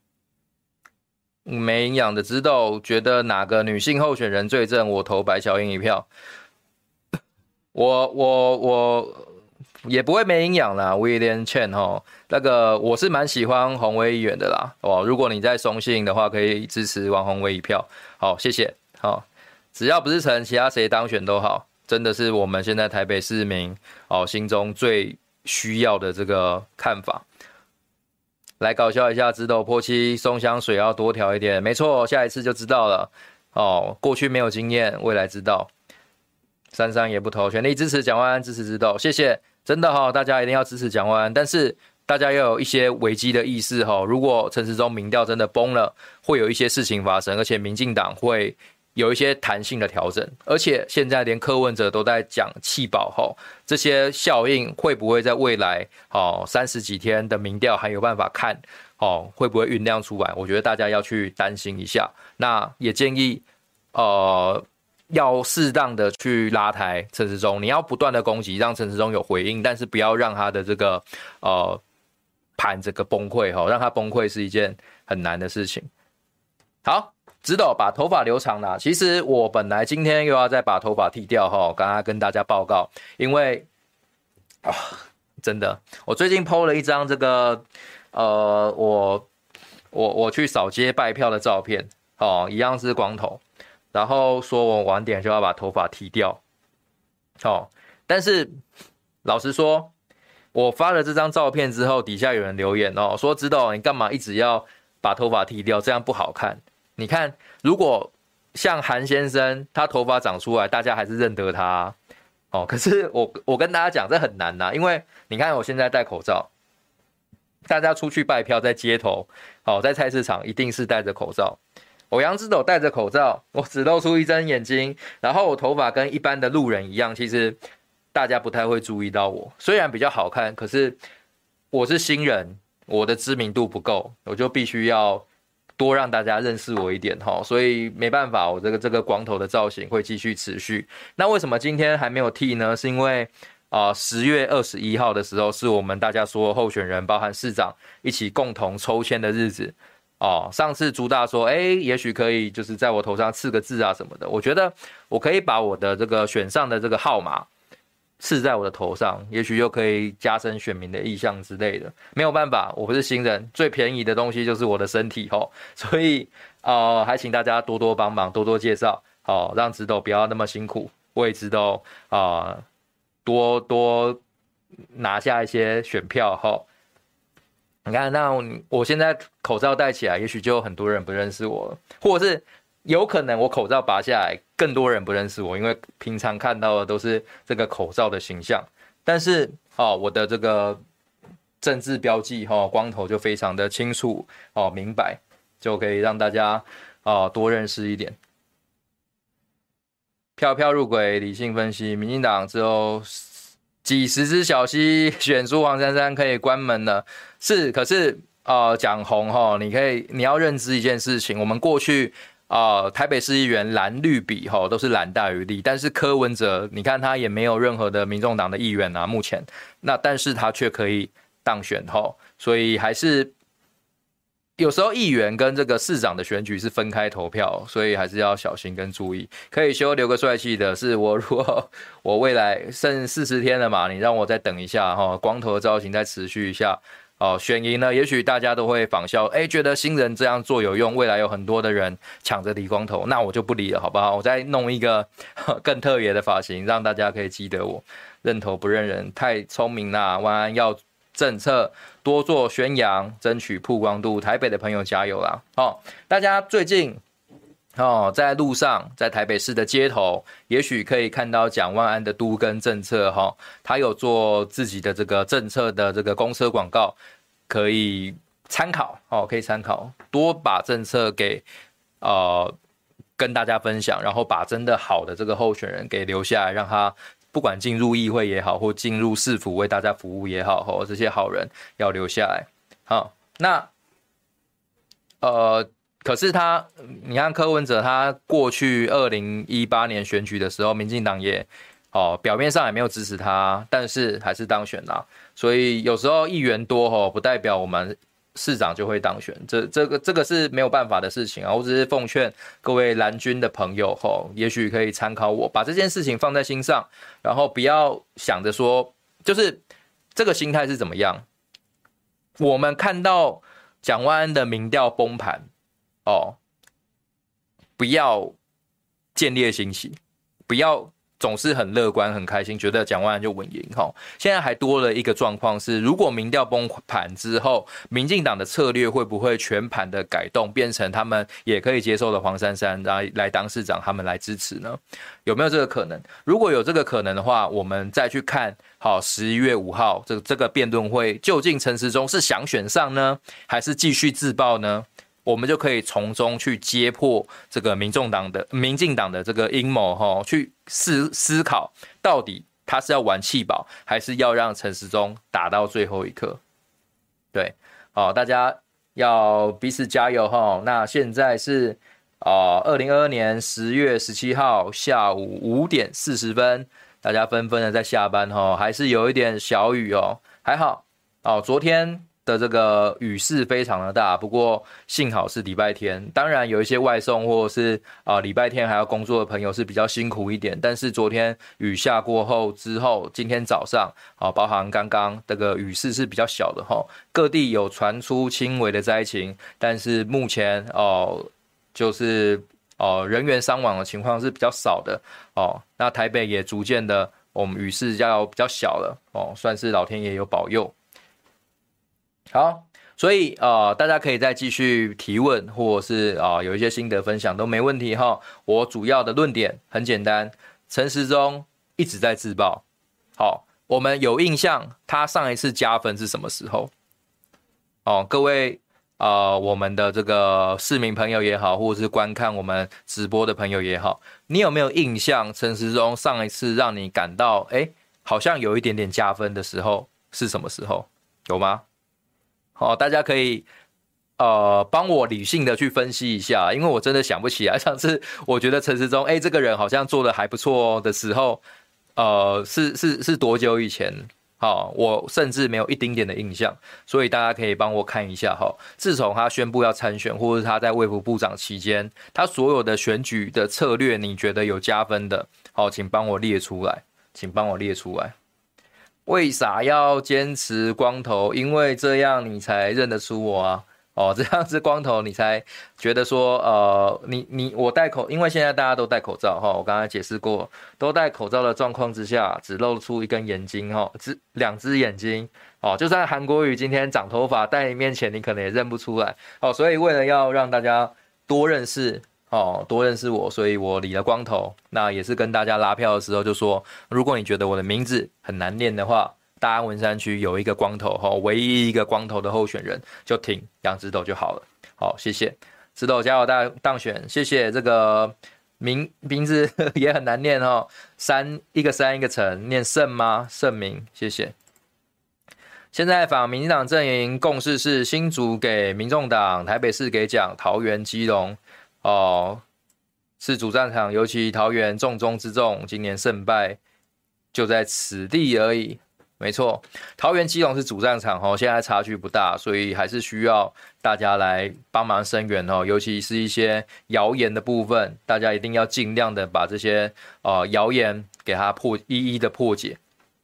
没营养的指导觉得哪个女性候选人最正？我投白小英一票。我我我也不会没营养啦 ，William Chen 哈，那个我是蛮喜欢洪威议员的啦。哦，如果你在松信的话，可以支持王宏威一票。好，谢谢。好。只要不是陈，其他谁当选都好，真的是我们现在台北市民哦心中最需要的这个看法。来搞笑一下，直斗泼漆，松香水要多调一点，没错，下一次就知道了哦。过去没有经验，未来知道。珊珊也不投，全力支持蒋万安，支持直斗，谢谢，真的哈、哦，大家一定要支持蒋万安，但是大家要有一些危机的意识哈、哦。如果陈时中民调真的崩了，会有一些事情发生，而且民进党会有一些弹性的调整，而且现在连柯文哲都在讲弃保后，这些效应会不会在未来哦三十几天的民调还有办法看哦会不会酝酿出来？我觉得大家要去担心一下。那也建议呃要适当的去拉抬陈时中，你要不断的攻击，让陈时中有回应，但是不要让他的这个呃盘这个崩溃哈，让他崩溃是一件很难的事情。好。直斗把头发留长啦，其实我本来今天又要再把头发剃掉哈，刚刚跟大家报告，因为啊、哦，真的，我最近 po 了一张这个呃，我我我去扫街拜票的照片，哦，一样是光头，然后说我晚点就要把头发剃掉，哦，但是老实说，我发了这张照片之后，底下有人留言哦，说知道你干嘛一直要把头发剃掉，这样不好看。你看，如果像韩先生他头发长出来，大家还是认得他啊。哦，可是我我跟大家讲，这很难呐，因为你看我现在戴口罩，大家出去拜票，在街头，哦，在菜市场一定是戴着口罩。我杨之斗戴着口罩，我只露出一睁眼睛，然后我头发跟一般的路人一样，其实大家不太会注意到我。虽然比较好看，可是我是新人，我的知名度不够，我就必须要多让大家认识我一点哈，所以没办法，我这个这个光头的造型会继续持续。那为什么今天还没有剃呢？是因为啊，十月二十一号的时候，是我们大家所有候选人，包含市长一起共同抽签的日子。哦，上次朱大说，哎，也许可以就是在我头上刺个字啊什么的。我觉得我可以把我的这个选上的这个号码刺在我的头上，也许又可以加深选民的意向之类的。没有办法，我不是新人，最便宜的东西就是我的身体吼，所以呃，还请大家多多帮忙，多多介绍，好、哦，让直斗不要那么辛苦，为直斗啊、呃、多多拿下一些选票吼。你看，那我现在口罩戴起来，也许就有很多人不认识我了，或者是有可能我口罩拔下来，更多人不认识我，因为平常看到的都是这个口罩的形象。但是哦，我的这个政治标记哈、哦，光头就非常的清楚哦，明白，就可以让大家哦多认识一点。票票入轨，理性分析，民进党之后几十只小溪选出黄珊珊可以关门了，是，可是呃讲红齁，你可以你要认知一件事情，我们过去呃台北市议员蓝绿比齁都是蓝大于绿，但是柯文哲你看他也没有任何的民众党的议员啊，目前那但是他却可以当选齁，所以还是有时候议员跟这个市长的选举是分开投票，所以还是要小心跟注意。可以修留个帅气的是我，如果我未来剩四十天了嘛，你让我再等一下哈，光头的造型再持续一下哦，选赢呢，也许大家都会仿效，哎，觉得新人这样做有用，未来有很多的人抢着理光头，那我就不理了，好不好？我再弄一个更特别的发型，让大家可以记得我，认头不认人，太聪明啦，万安要政策多做宣扬，争取曝光度。台北的朋友加油啦！哦，大家最近哦在路上，在台北市的街头，也许可以看到蒋万安的都更政策哈、哦，他有做自己的这个政策的这个公车广告，可以参考哦，可以参考，多把政策给呃跟大家分享，然后把真的好的这个候选人给留下来，让他不管进入议会也好，或进入市府为大家服务也好，吼，这些好人要留下来。好，那呃，可是他，你看柯文哲，他过去二零一八年选举的时候，民进党也哦表面上也没有支持他，但是还是当选啦。所以有时候议员多吼，不代表我们市长就会当选，这这个这个是没有办法的事情啊！我只是奉劝各位蓝军的朋友吼，也许可以参考我，把这件事情放在心上，然后不要想着说，就是这个心态是怎么样？我们看到蒋万安的民调崩盘哦，不要见猎心喜，不要总是很乐观、很开心，觉得蒋万安就稳赢哈。现在还多了一个状况是，如果民调崩盘之后，民进党的策略会不会全盘的改动，变成他们也可以接受的黄珊珊来来当市长，他们来支持呢？有没有这个可能？如果有这个可能的话，我们再去看好十一月五号这个这个辩论会，究竟陈时中是想选上呢，还是继续自爆呢？我们就可以从中去揭破这个民众党的、民进党的这个阴谋哈，去思思考到底他是要玩弃保，还是要让陈时中打到最后一刻？对，好，大家要彼此加油哈。那现在是啊，二零二二年十月十七号下午五点四十分，大家纷纷的在下班哈，还是有一点小雨哦，还好哦，昨天。 的这个雨势非常的大，不过幸好是礼拜天，当然有一些外送或者是啊礼拜天还要工作的朋友是比较辛苦一点，但是昨天雨下过后之后，今天早上啊，包含刚刚这个雨势是比较小的哈，各地有传出轻微的灾情，但是目前哦就是哦人员伤亡的情况是比较少的哦，那台北也逐渐的我们雨势要比较小了哦，算是老天爷有保佑。好，所以呃，大家可以再继续提问，或者是啊、呃、有一些心得分享都没问题哈。我主要的论点很简单，陈时中一直在自爆。好，我们有印象，他上一次加分是什么时候？哦，各位呃，我们的这个市民朋友也好，或者是观看我们直播的朋友也好，你有没有印象？陈时中上一次让你感到哎，好像有一点点加分的时候是什么时候？有吗？好，大家可以呃帮我理性的去分析一下，因为我真的想不起来上次我觉得陈时中哎这个人好像做的还不错的时候，呃是是是多久以前？好，我甚至没有一丁点的印象，所以大家可以帮我看一下哈。自从他宣布要参选，或者是他在卫福部长期间，他所有的选举的策略，你觉得有加分的，好，请帮我列出来，请帮我列出来。为啥要坚持光头？因为这样你才认得出我啊！哦，这样子光头你才觉得说，呃，你你我戴口，因为现在大家都戴口罩哈，我刚才解释过，都戴口罩的状况之下，只露出一根眼睛哈，只两只眼睛哦，就算韩国瑜今天长头发在你面前，你可能也认不出来哦。所以为了要让大家多认识。哦，多认识我，所以我理了光头。那也是跟大家拉票的时候就说，如果你觉得我的名字很难念的话，大安文山区有一个光头，哦，唯一一个光头的候选人，就挺杨直斗就好了。好，谢谢直斗加油当当选，谢谢这个名名字也很难念哦，山一个山一个城，念盛吗？盛名，谢谢。现在访民进党阵营共识是新竹给民众党，台北市给奖，桃园、基隆。哦，是主战场，尤其桃园重中之重，今年胜败就在此地而已。没错，桃园基隆是主战场哦，现在差距不大，所以还是需要大家来帮忙声援哦，尤其是一些谣言的部分，大家一定要尽量的把这些呃谣言给它破一一的破解。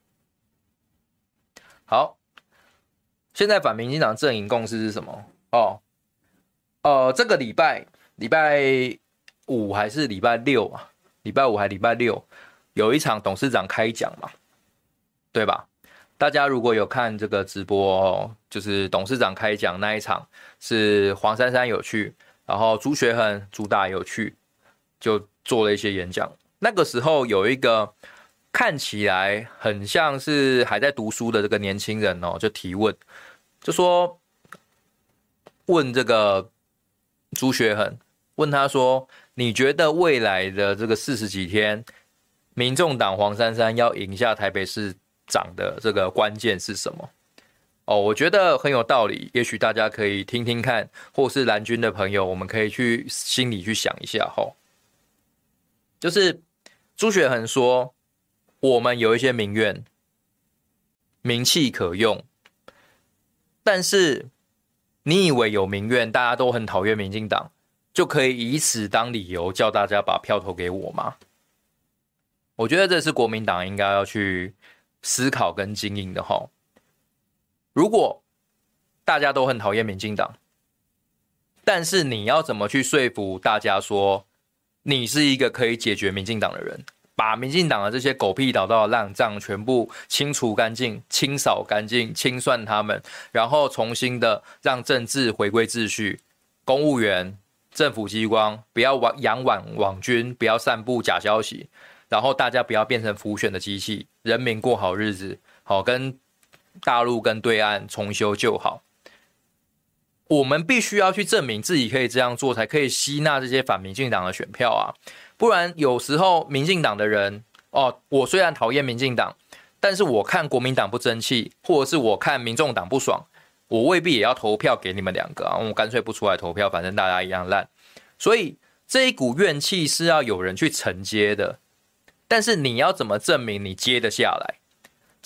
好，现在反民进党阵营共识是什么？哦，呃，这个礼拜。礼拜五还是礼拜六啊？礼拜五还礼拜六有一场董事长开讲嘛，对吧？大家如果有看这个直播哦，就是董事长开讲那一场是黄珊珊有去，然后朱学恒、朱大有去，就做了一些演讲。那个时候有一个看起来很像是还在读书的这个年轻人哦，就提问，就说问这个朱学恒。问他说：“你觉得未来的这个四十几天，民众党黄珊珊要赢下台北市长的这个关键是什么？”哦，我觉得很有道理，也许大家可以听听看，或是蓝军的朋友，我们可以去心里去想一下吼。就是朱学恒说，我们有一些民怨，名气可用，但是你以为有民怨，大家都很討厭民進黨，就可以以此當理由叫大家把票投給我嗎？我覺得這是國民黨應該要去思考跟經營的齁。如果大家都很討厭民進黨，但是你要怎麼去說服大家說你是一個可以解決民進黨的人，把民進黨的這些狗屁倒灶的爛賬全部清除乾淨、清掃乾淨、清算他們，然後重新的讓政治回歸秩序，公務員、政府機關不要養網網軍，不要散布假消息，然後大家不要變成浮選的機器，人民過好日子，好跟大陸跟對岸重修舊好。我們必須要去證明自己可以這樣做，才可以吸納這些反民進黨的選票啊！不然有時候民進黨的人，哦，我雖然討厭民進黨，但是我看國民黨不爭氣，或者是我看民眾黨不爽，我未必也要投票給你們兩個啊！我乾脆不出來投票，反正大家一樣爛。所以這一股怨氣是要有人去承接的，但是你要怎麼證明你接得下來？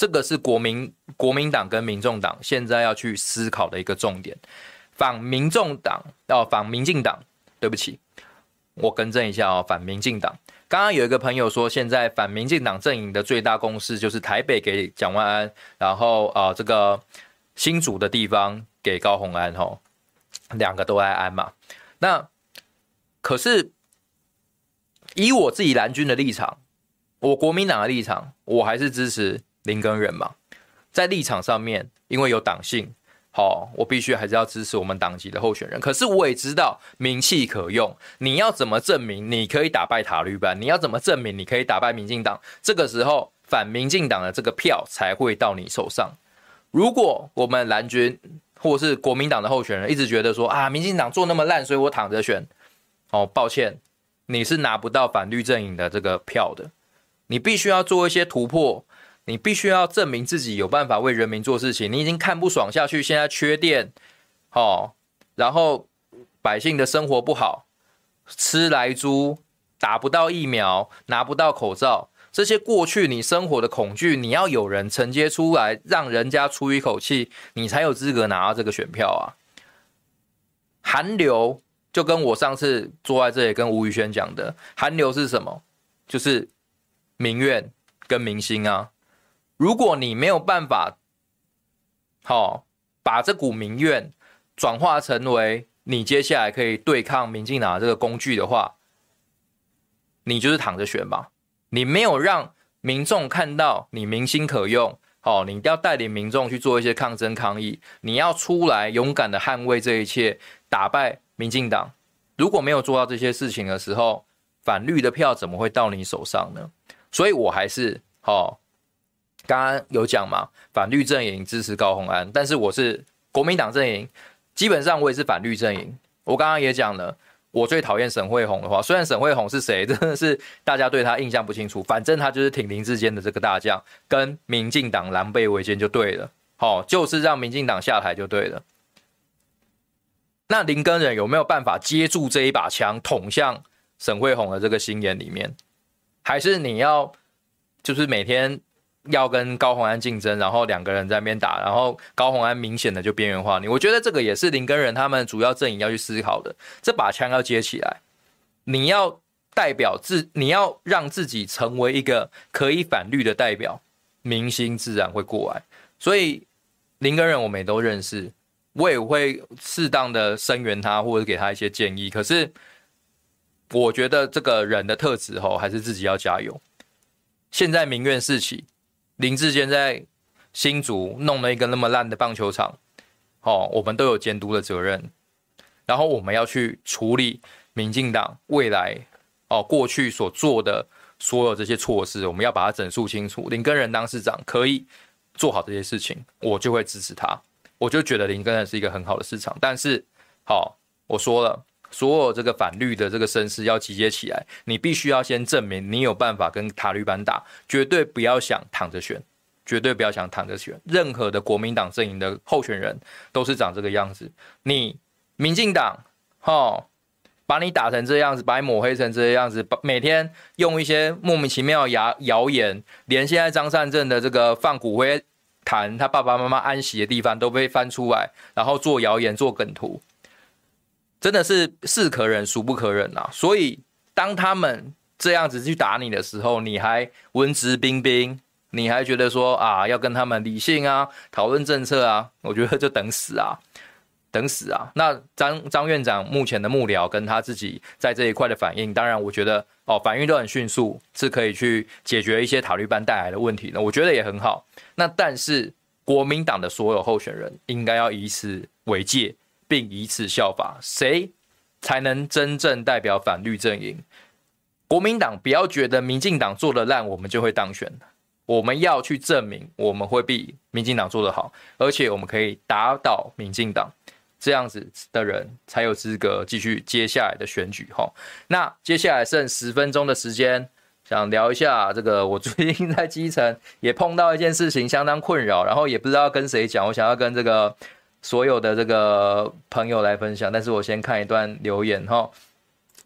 这个是国民国民党跟民众党现在要去思考的一个重点。反民众党哦，反民进党，对不起，我更正一下哦，反民进党。刚刚有一个朋友说，现在反民进党阵营的最大共识就是台北给蒋万安，然后呃这个新竹的地方给高虹安吼，两个都在安嘛。那可是以我自己蓝军的立场，我国民党的立场，我还是支持林耕仁嘛。在立场上面，因为有党性。好，我必须还是要支持我们党籍的候选人。可是我也知道名气可用，你要怎么证明你可以打败塔利班？你要怎么证明你可以打败民进党？这个时候反民进党的这个票才会到你手上。如果我们蓝军或是国民党的候选人一直觉得说啊，民进党做那么烂，所以我躺着选，哦，抱歉，你是拿不到反绿阵营的这个票的。你必须要做一些突破。你必须要证明自己有办法为人民做事情，你已经看不爽下去，现在缺电，哦，然后百姓的生活不好，吃来猪，打不到疫苗，拿不到口罩，这些过去你生活的恐惧，你要有人承接出来，让人家出一口气，你才有资格拿到这个选票啊。韩流就跟我上次坐在这里跟吴宇轩讲的，韩流是什么？就是民怨跟民心啊。如果你没有办法，好、哦、把这股民怨转化成为你接下来可以对抗民进党的这个工具的话，你就是躺着选吧。你没有让民众看到你民心可用，好、哦，你要带领民众去做一些抗争抗议，你要出来勇敢的捍卫这一切，打败民进党。如果没有做到这些事情的时候，反绿的票怎么会到你手上呢？所以我还是好。哦刚刚有讲嘛，反绿阵营支持高虹安，但是我是国民党阵营，基本上我也是反绿阵营。我刚刚也讲了，我最讨厌沈慧虹的话，虽然沈慧虹是谁，真的是大家对他印象不清楚，反正他就是挺林智坚的这个大将，跟民进党狼狈为奸就对了，好、哦，就是让民进党下台就对了。那林耕仁有没有办法接住这一把枪，捅向沈慧虹的这个心眼里面？还是你要就是每天要跟高虹安竞争，然后两个人在那边打，然后高虹安明显的就边缘化你。我觉得这个也是林耕仁他们主要阵营要去思考的，这把枪要接起来，你要代表自，你要让自己成为一个可以反绿的代表，民心自然会过来。所以林耕仁我们也都认识，我也会适当的声援他，或者给他一些建议。可是我觉得这个人的特质吼，还是自己要加油。现在民怨四起。林智坚在新竹弄了一个那么烂的棒球场，哦，我们都有监督的责任。然后我们要去处理民进党未来哦过去所做的所有这些措施，我们要把它整肃清楚。林耕仁当市长可以做好这些事情，我就会支持他。我就觉得林耕仁是一个很好的市长。但是，好、哦，我说了。所有这个反绿的这个声势要集结起来，你必须要先证明你有办法跟塔利班打，绝对不要想躺着选，绝对不要想躺着选。任何的国民党阵营的候选人都是长这个样子。你民进党，哦，把你打成这样子，把你抹黑成这样子，每天用一些莫名其妙的谣言，连现在张善政的这个放骨灰坛，他爸爸妈妈安息的地方都被翻出来，然后做谣言、做梗图。真的是是可忍孰不可忍啊！所以当他们这样子去打你的时候，你还文质彬彬，你还觉得说啊要跟他们理性啊，讨论政策啊，我觉得就等死啊，等死啊！那张张院长目前的幕僚跟他自己在这一块的反应，当然我觉得哦反应都很迅速，是可以去解决一些塔利班带来的问题的，我觉得也很好。那但是国民党的所有候选人应该要以此为戒。并以此效法，谁才能真正代表反绿阵营？国民党不要觉得民进党做得烂，我们就会当选。我们要去证明我们会比民进党做得好，而且我们可以打倒民进党，这样子的人才有资格继续接下来的选举。那接下来剩十分钟的时间，想聊一下这个我最近在基层也碰到一件事情，相当困扰，然后也不知道跟谁讲，我想要跟这个所有的这个朋友来分享，但是我先看一段留言哈。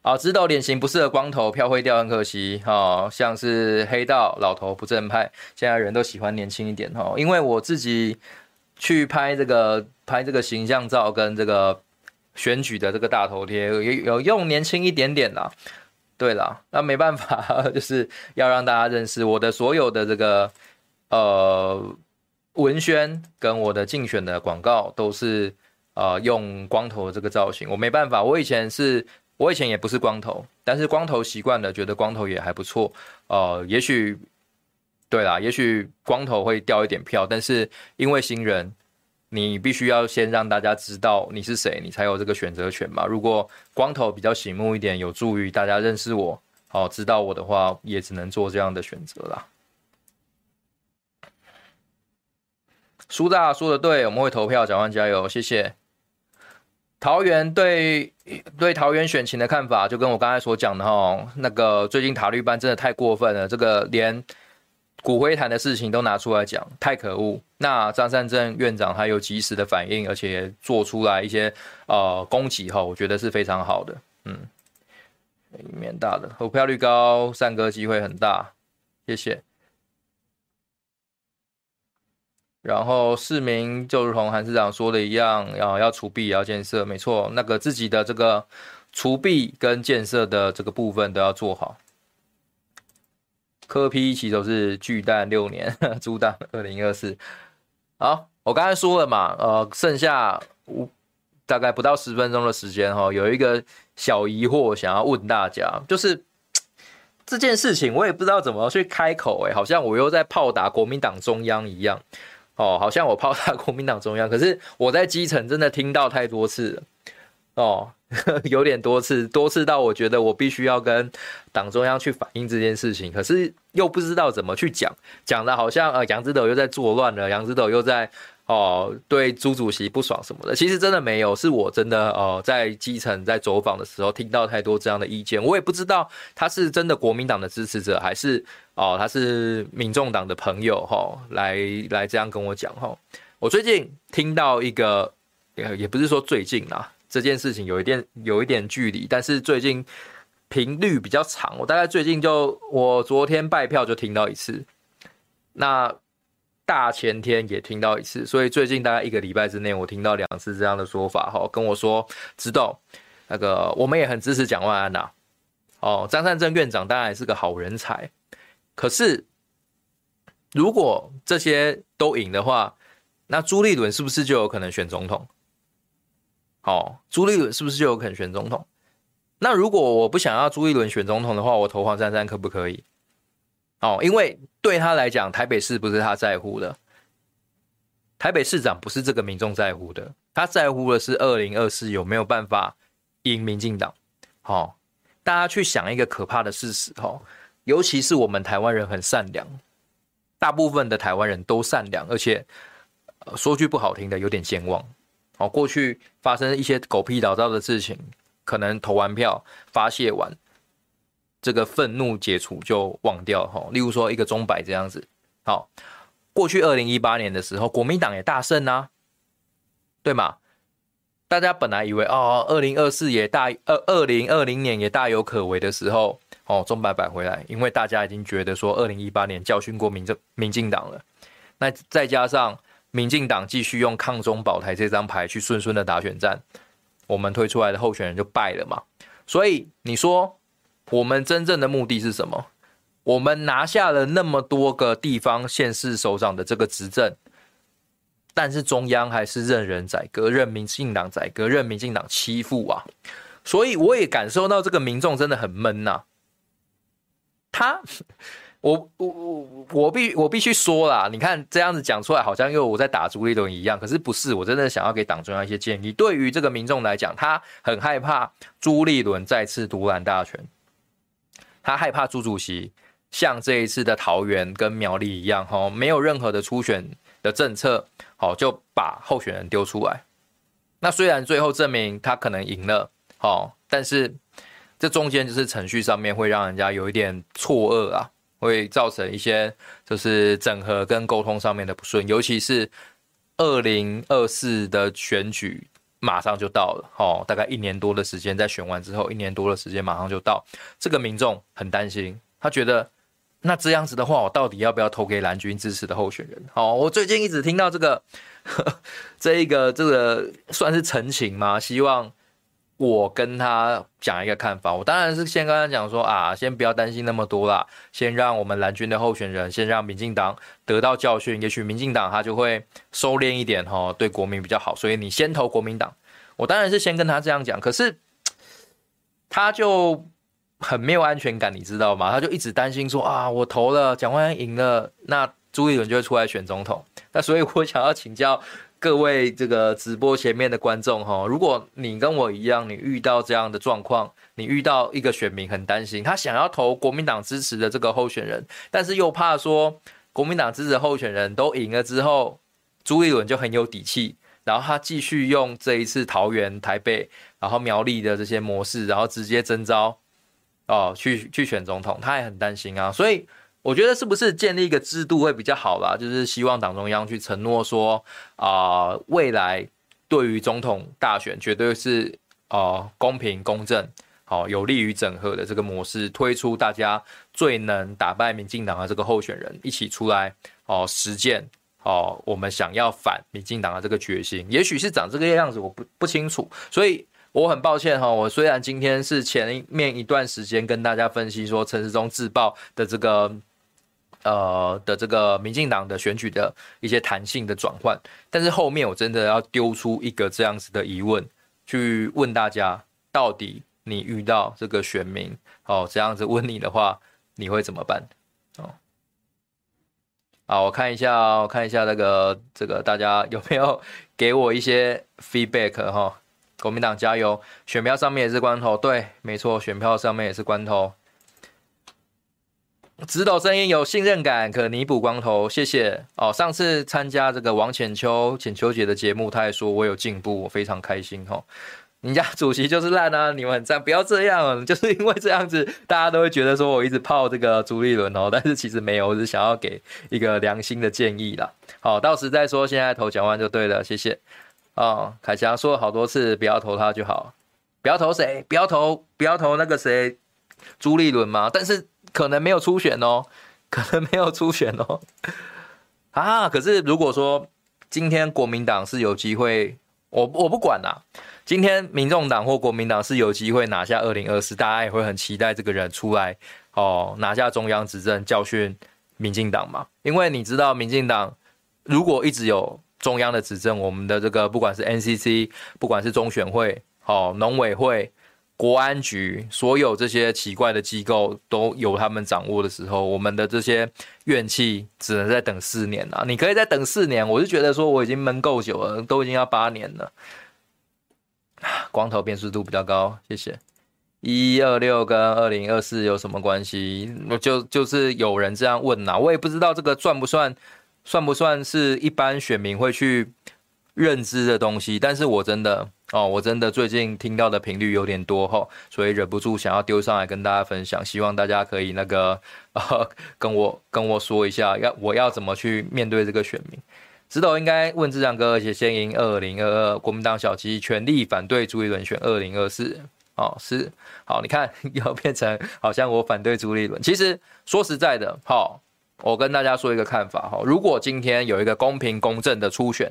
啊，知道脸型不适合光头，票会掉，很可惜哦。像是黑道老头不正派，现在人都喜欢年轻一点哦。因为我自己去拍这个拍这个形象照跟这个选举的这个大头贴，有有用年轻一点点啦。对啦，那没办法，就是要让大家认识我的所有的这个呃文宣跟我的竞选的广告都是呃用光头的这个造型，我没办法，我以前是。我以前也不是光头，但是光头习惯了，觉得光头也还不错。呃，也许对啦，也许光头会掉一点票，但是因为新人，你必须要先让大家知道你是谁，你才有这个选择权嘛。如果光头比较醒目一点，有助于大家认识我，哦，知道我的话，也只能做这样的选择啦。苏大说的对，我们会投票，蒋万加油，谢谢。桃园对对桃园选情的看法，就跟我刚才所讲的哈，那个最近塔绿班真的太过分了，这个连骨灰坛的事情都拿出来讲，太可恶。那张善政院长他有及时的反应，而且做出来一些呃攻击哈，我觉得是非常好的。嗯，一面大的投票率高，散歌机会很大，谢谢。然后市民就如同韩市长说的一样，要要除弊也要建设，没错，那个自己的这个除弊跟建设的这个部分都要做好。柯 P 骑手是巨蛋六年，猪蛋二零二四。好，我刚才说了嘛，呃，剩下五大概不到十分钟的时间哈，有一个小疑惑想要问大家，就是这件事情我也不知道怎么去开口，哎，好像我又在炮打国民党中央一样。哦，好像我炮打国民党中央，可是我在基层真的听到太多次了，哦，有点多次，多次到我觉得我必须要跟党中央去反映这件事情，可是又不知道怎么去讲，讲的好像呃杨之斗又在作乱了，杨之斗又在哦对朱主席不爽什么的，其实真的没有，是我真的哦在基层在走访的时候听到太多这样的意见，我也不知道他是真的国民党的支持者还是。哦，他是民众党的朋友哈、哦，来来这样跟我讲哈、哦。我最近听到一个，也不是说最近啦，这件事情有一点有一点距离，但是最近频率比较长。我大概最近就我昨天拜票就听到一次，那大前天也听到一次，所以最近大概一个礼拜之内，我听到两次这样的说法哈、哦，跟我说，知道那个我们也很支持蒋万安呐、啊。哦，张善政院长当然是个好人才。可是，如果这些都赢的话，那朱立伦是不是就有可能选总统？好、哦，朱立伦是不是就有可能选总统？那如果我不想要朱立伦选总统的话，我投黄珊珊可不可以？哦，因为对他来讲，台北市不是他在乎的，台北市长不是这个民众在乎的，他在乎的是二零二四有没有办法赢民进党。好、哦，大家去想一个可怕的事实哈、哦。尤其是我们台湾人很善良，大部分的台湾人都善良，而且、呃、说句不好听的，有点健忘。哦，过去发生一些狗屁倒灶的事情，可能投完票发泄完，这个愤怒解除就忘掉哈。例如说一个钟摆这样子。好，过去二零一八年的时候，国民党也大胜啊，对吗？大家本来以为哦，二零二四也大，呃，二零二零年也大有可为的时候。哦，钟摆摆回来，因为大家已经觉得说，二零一八年教训过民民进党了，那再加上民进党继续用抗中保台这张牌去顺顺的打选战，我们推出来的候选人就败了嘛。所以你说我们真正的目的是什么？我们拿下了那么多个地方县市首长的这个执政，但是中央还是任人宰割，任民进党宰割，任民进党欺负啊。所以我也感受到这个民众真的很闷呐、啊。他，我我我我必我必须说啦，你看这样子讲出来，好像又我在打朱立伦一样，可是不是，我真的想要给党中央一些建议。对于这个民众来讲，他很害怕朱立伦再次独揽大权，他害怕朱主席像这一次的桃园跟苗栗一样，没有任何的初选的政策，就把候选人丢出来。那虽然最后证明他可能赢了，但是这中间就是程序上面会让人家有一点错愕啊，会造成一些就是整合跟沟通上面的不顺，尤其是二零二四的选举， 马上就到了，哦，大概一年多的时间，在选完之后，一年多的时间马上就到，这个民众很担心，他觉得那这样子的话，我到底要不要投给蓝军支持的候选人？哦，我最近一直听到这个，呵呵这一个这个算是陈情吗？希望我跟他讲一个看法，我当然是先跟他讲说啊，先不要担心那么多啦，先让我们蓝军的候选人，先让民进党得到教训，也许民进党他就会收敛一点齁，对国民比较好，所以你先投国民党。我当然是先跟他这样讲，可是他就很没有安全感，你知道吗？他就一直担心说啊，我投了，蒋万安赢了，那朱立伦就会出来选总统。那所以我想要请教各位这个直播前面的观众齁，如果你跟我一样，你遇到这样的状况，你遇到一个选民很担心，他想要投国民党支持的这个候选人，但是又怕说国民党支持的候选人都赢了之后，朱立伦就很有底气，然后他继续用这一次桃园、台北，然后苗栗的这些模式，然后直接征召哦去去选总统，他也很担心啊。所以我觉得是不是建立一个制度会比较好啦？就是希望党中央去承诺说啊、呃，未来对于总统大选绝对是呃公平公正，好、哦、有利于整合的这个模式，推出大家最能打败民进党的这个候选人，一起出来哦实践。哦，我们想要反民进党的这个决心，也许是长这个样子，我不不清楚，所以我很抱歉哈。我虽然今天是前面一段时间跟大家分析说陈时中自爆的这个呃的这个民进党的选举的一些弹性的转换，但是后面我真的要丢出一个这样子的疑问，去问大家，到底你遇到这个选民哦这样子问你的话，你会怎么办？哦。啊，我看一下，我看一下那个这个大家有没有给我一些 feedback 哈？国民党加油，选票上面也是关头，对，没错，选票上面也是关头。直斗声音有信任感，可弥补光头，谢谢哦。上次参加这个王浅秋浅秋姐的节目，她也说我有进步，我非常开心哈。人家主席就是烂啊，你们很赞，不要这样，就是因为这样子，大家都会觉得说我一直泡这个朱立伦哦，但是其实没有，我是想要给一个良心的建议啦。好，到时再说，现在投蒋万就对了，谢谢。哦，凯翔说了好多次，不要投他就好，不要投谁，不要投，不要投那个谁，朱立伦嘛，但是可能没有初选哦，可能没有初选哦。啊，可是如果说今天国民党是有机会，我我不管啦。今天民众党或国民党是有机会拿下二零二四，大家也会很期待这个人出来哦，拿下中央执政，教训民进党嘛。因为你知道，民进党如果一直有中央的执政，我们的这个不管是 N C C， 不管是中选会、哦农委会、国安局，所有这些奇怪的机构都由他们掌握的时候，我们的这些怨气只能再等四年啊！你可以再等四年，我就觉得说我已经闷够久了，都已经要八年了。光头辨识度比较高，谢谢。一二六跟二零二四有什么关系？我就就是有人这样问呐、啊，我也不知道这个算不算，算不算是一般选民会去认知的东西。但是我真的哦，我真的最近听到的频率有点多吼，所以忍不住想要丢上来跟大家分享，希望大家可以那个呃跟我跟我说一下，要我要怎么去面对这个选民。直斗应该问志强哥，而且先赢二零二二，国民党小鸡全力反对朱立伦选二零二四。哦，是好，你看又变成好像我反对朱立伦。其实说实在的，好，我跟大家说一个看法哈，如果今天有一个公平公正的初选，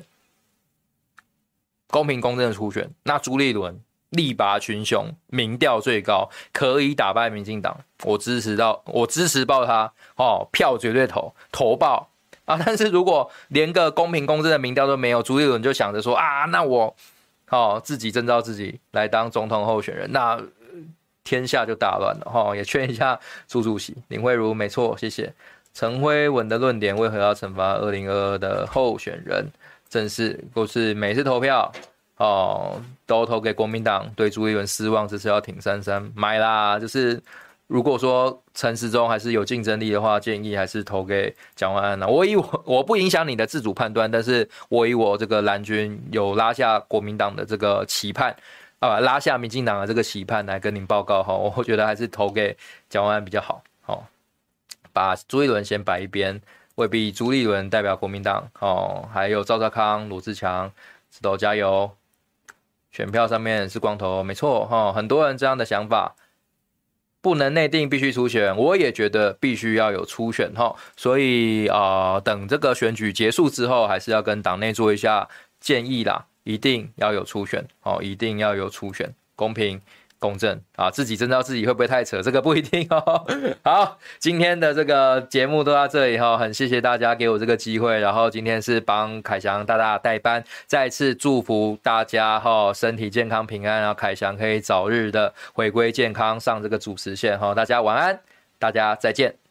公平公正的初选，那朱立伦力拔群雄，民调最高，可以打败民进党，我支持到，我支持爆他，哦，票绝对投，投爆。啊！但是如果连个公平公正的民调都没有，朱立伦就想着说啊，那我哦自己征召自己来当总统候选人，那天下就大乱了哈、哦！也劝一下朱主席林慧如，没错，谢谢陈辉文的论点，为何要惩罚二零二二的候选人？正是或是每次投票哦都投给国民党，对朱立伦失望，这次要挺三三买啦，就是。如果说陈时中还是有竞争力的话，建议还是投给蒋万安啊。我以我我不影响你的自主判断，但是我以我这个蓝军有拉下国民党的这个期盼啊，拉下民进党的这个期盼来跟您报告哈。我觉得还是投给蒋万安比较好。好，把朱立伦先摆一边，未必朱立伦代表国民党哦。还有赵少康、罗志强，直斗加油。 选票上面是光头，没错哈，很多人这样的想法。不能内定必须初选，我也觉得必须要有初选哈，所以啊、呃，等这个选举结束之后，还是要跟党内做一下建议啦，一定要有初选哦，一定要有初选，公平公正啊，自己知道自己会不会太扯，这个不一定哦。好，今天的这个节目都到这里哈，很谢谢大家给我这个机会，然后今天是帮凯翔大大代班，再次祝福大家哈，身体健康平安，然后凯翔可以早日的回归健康，上这个主持线哈，大家晚安，大家再见。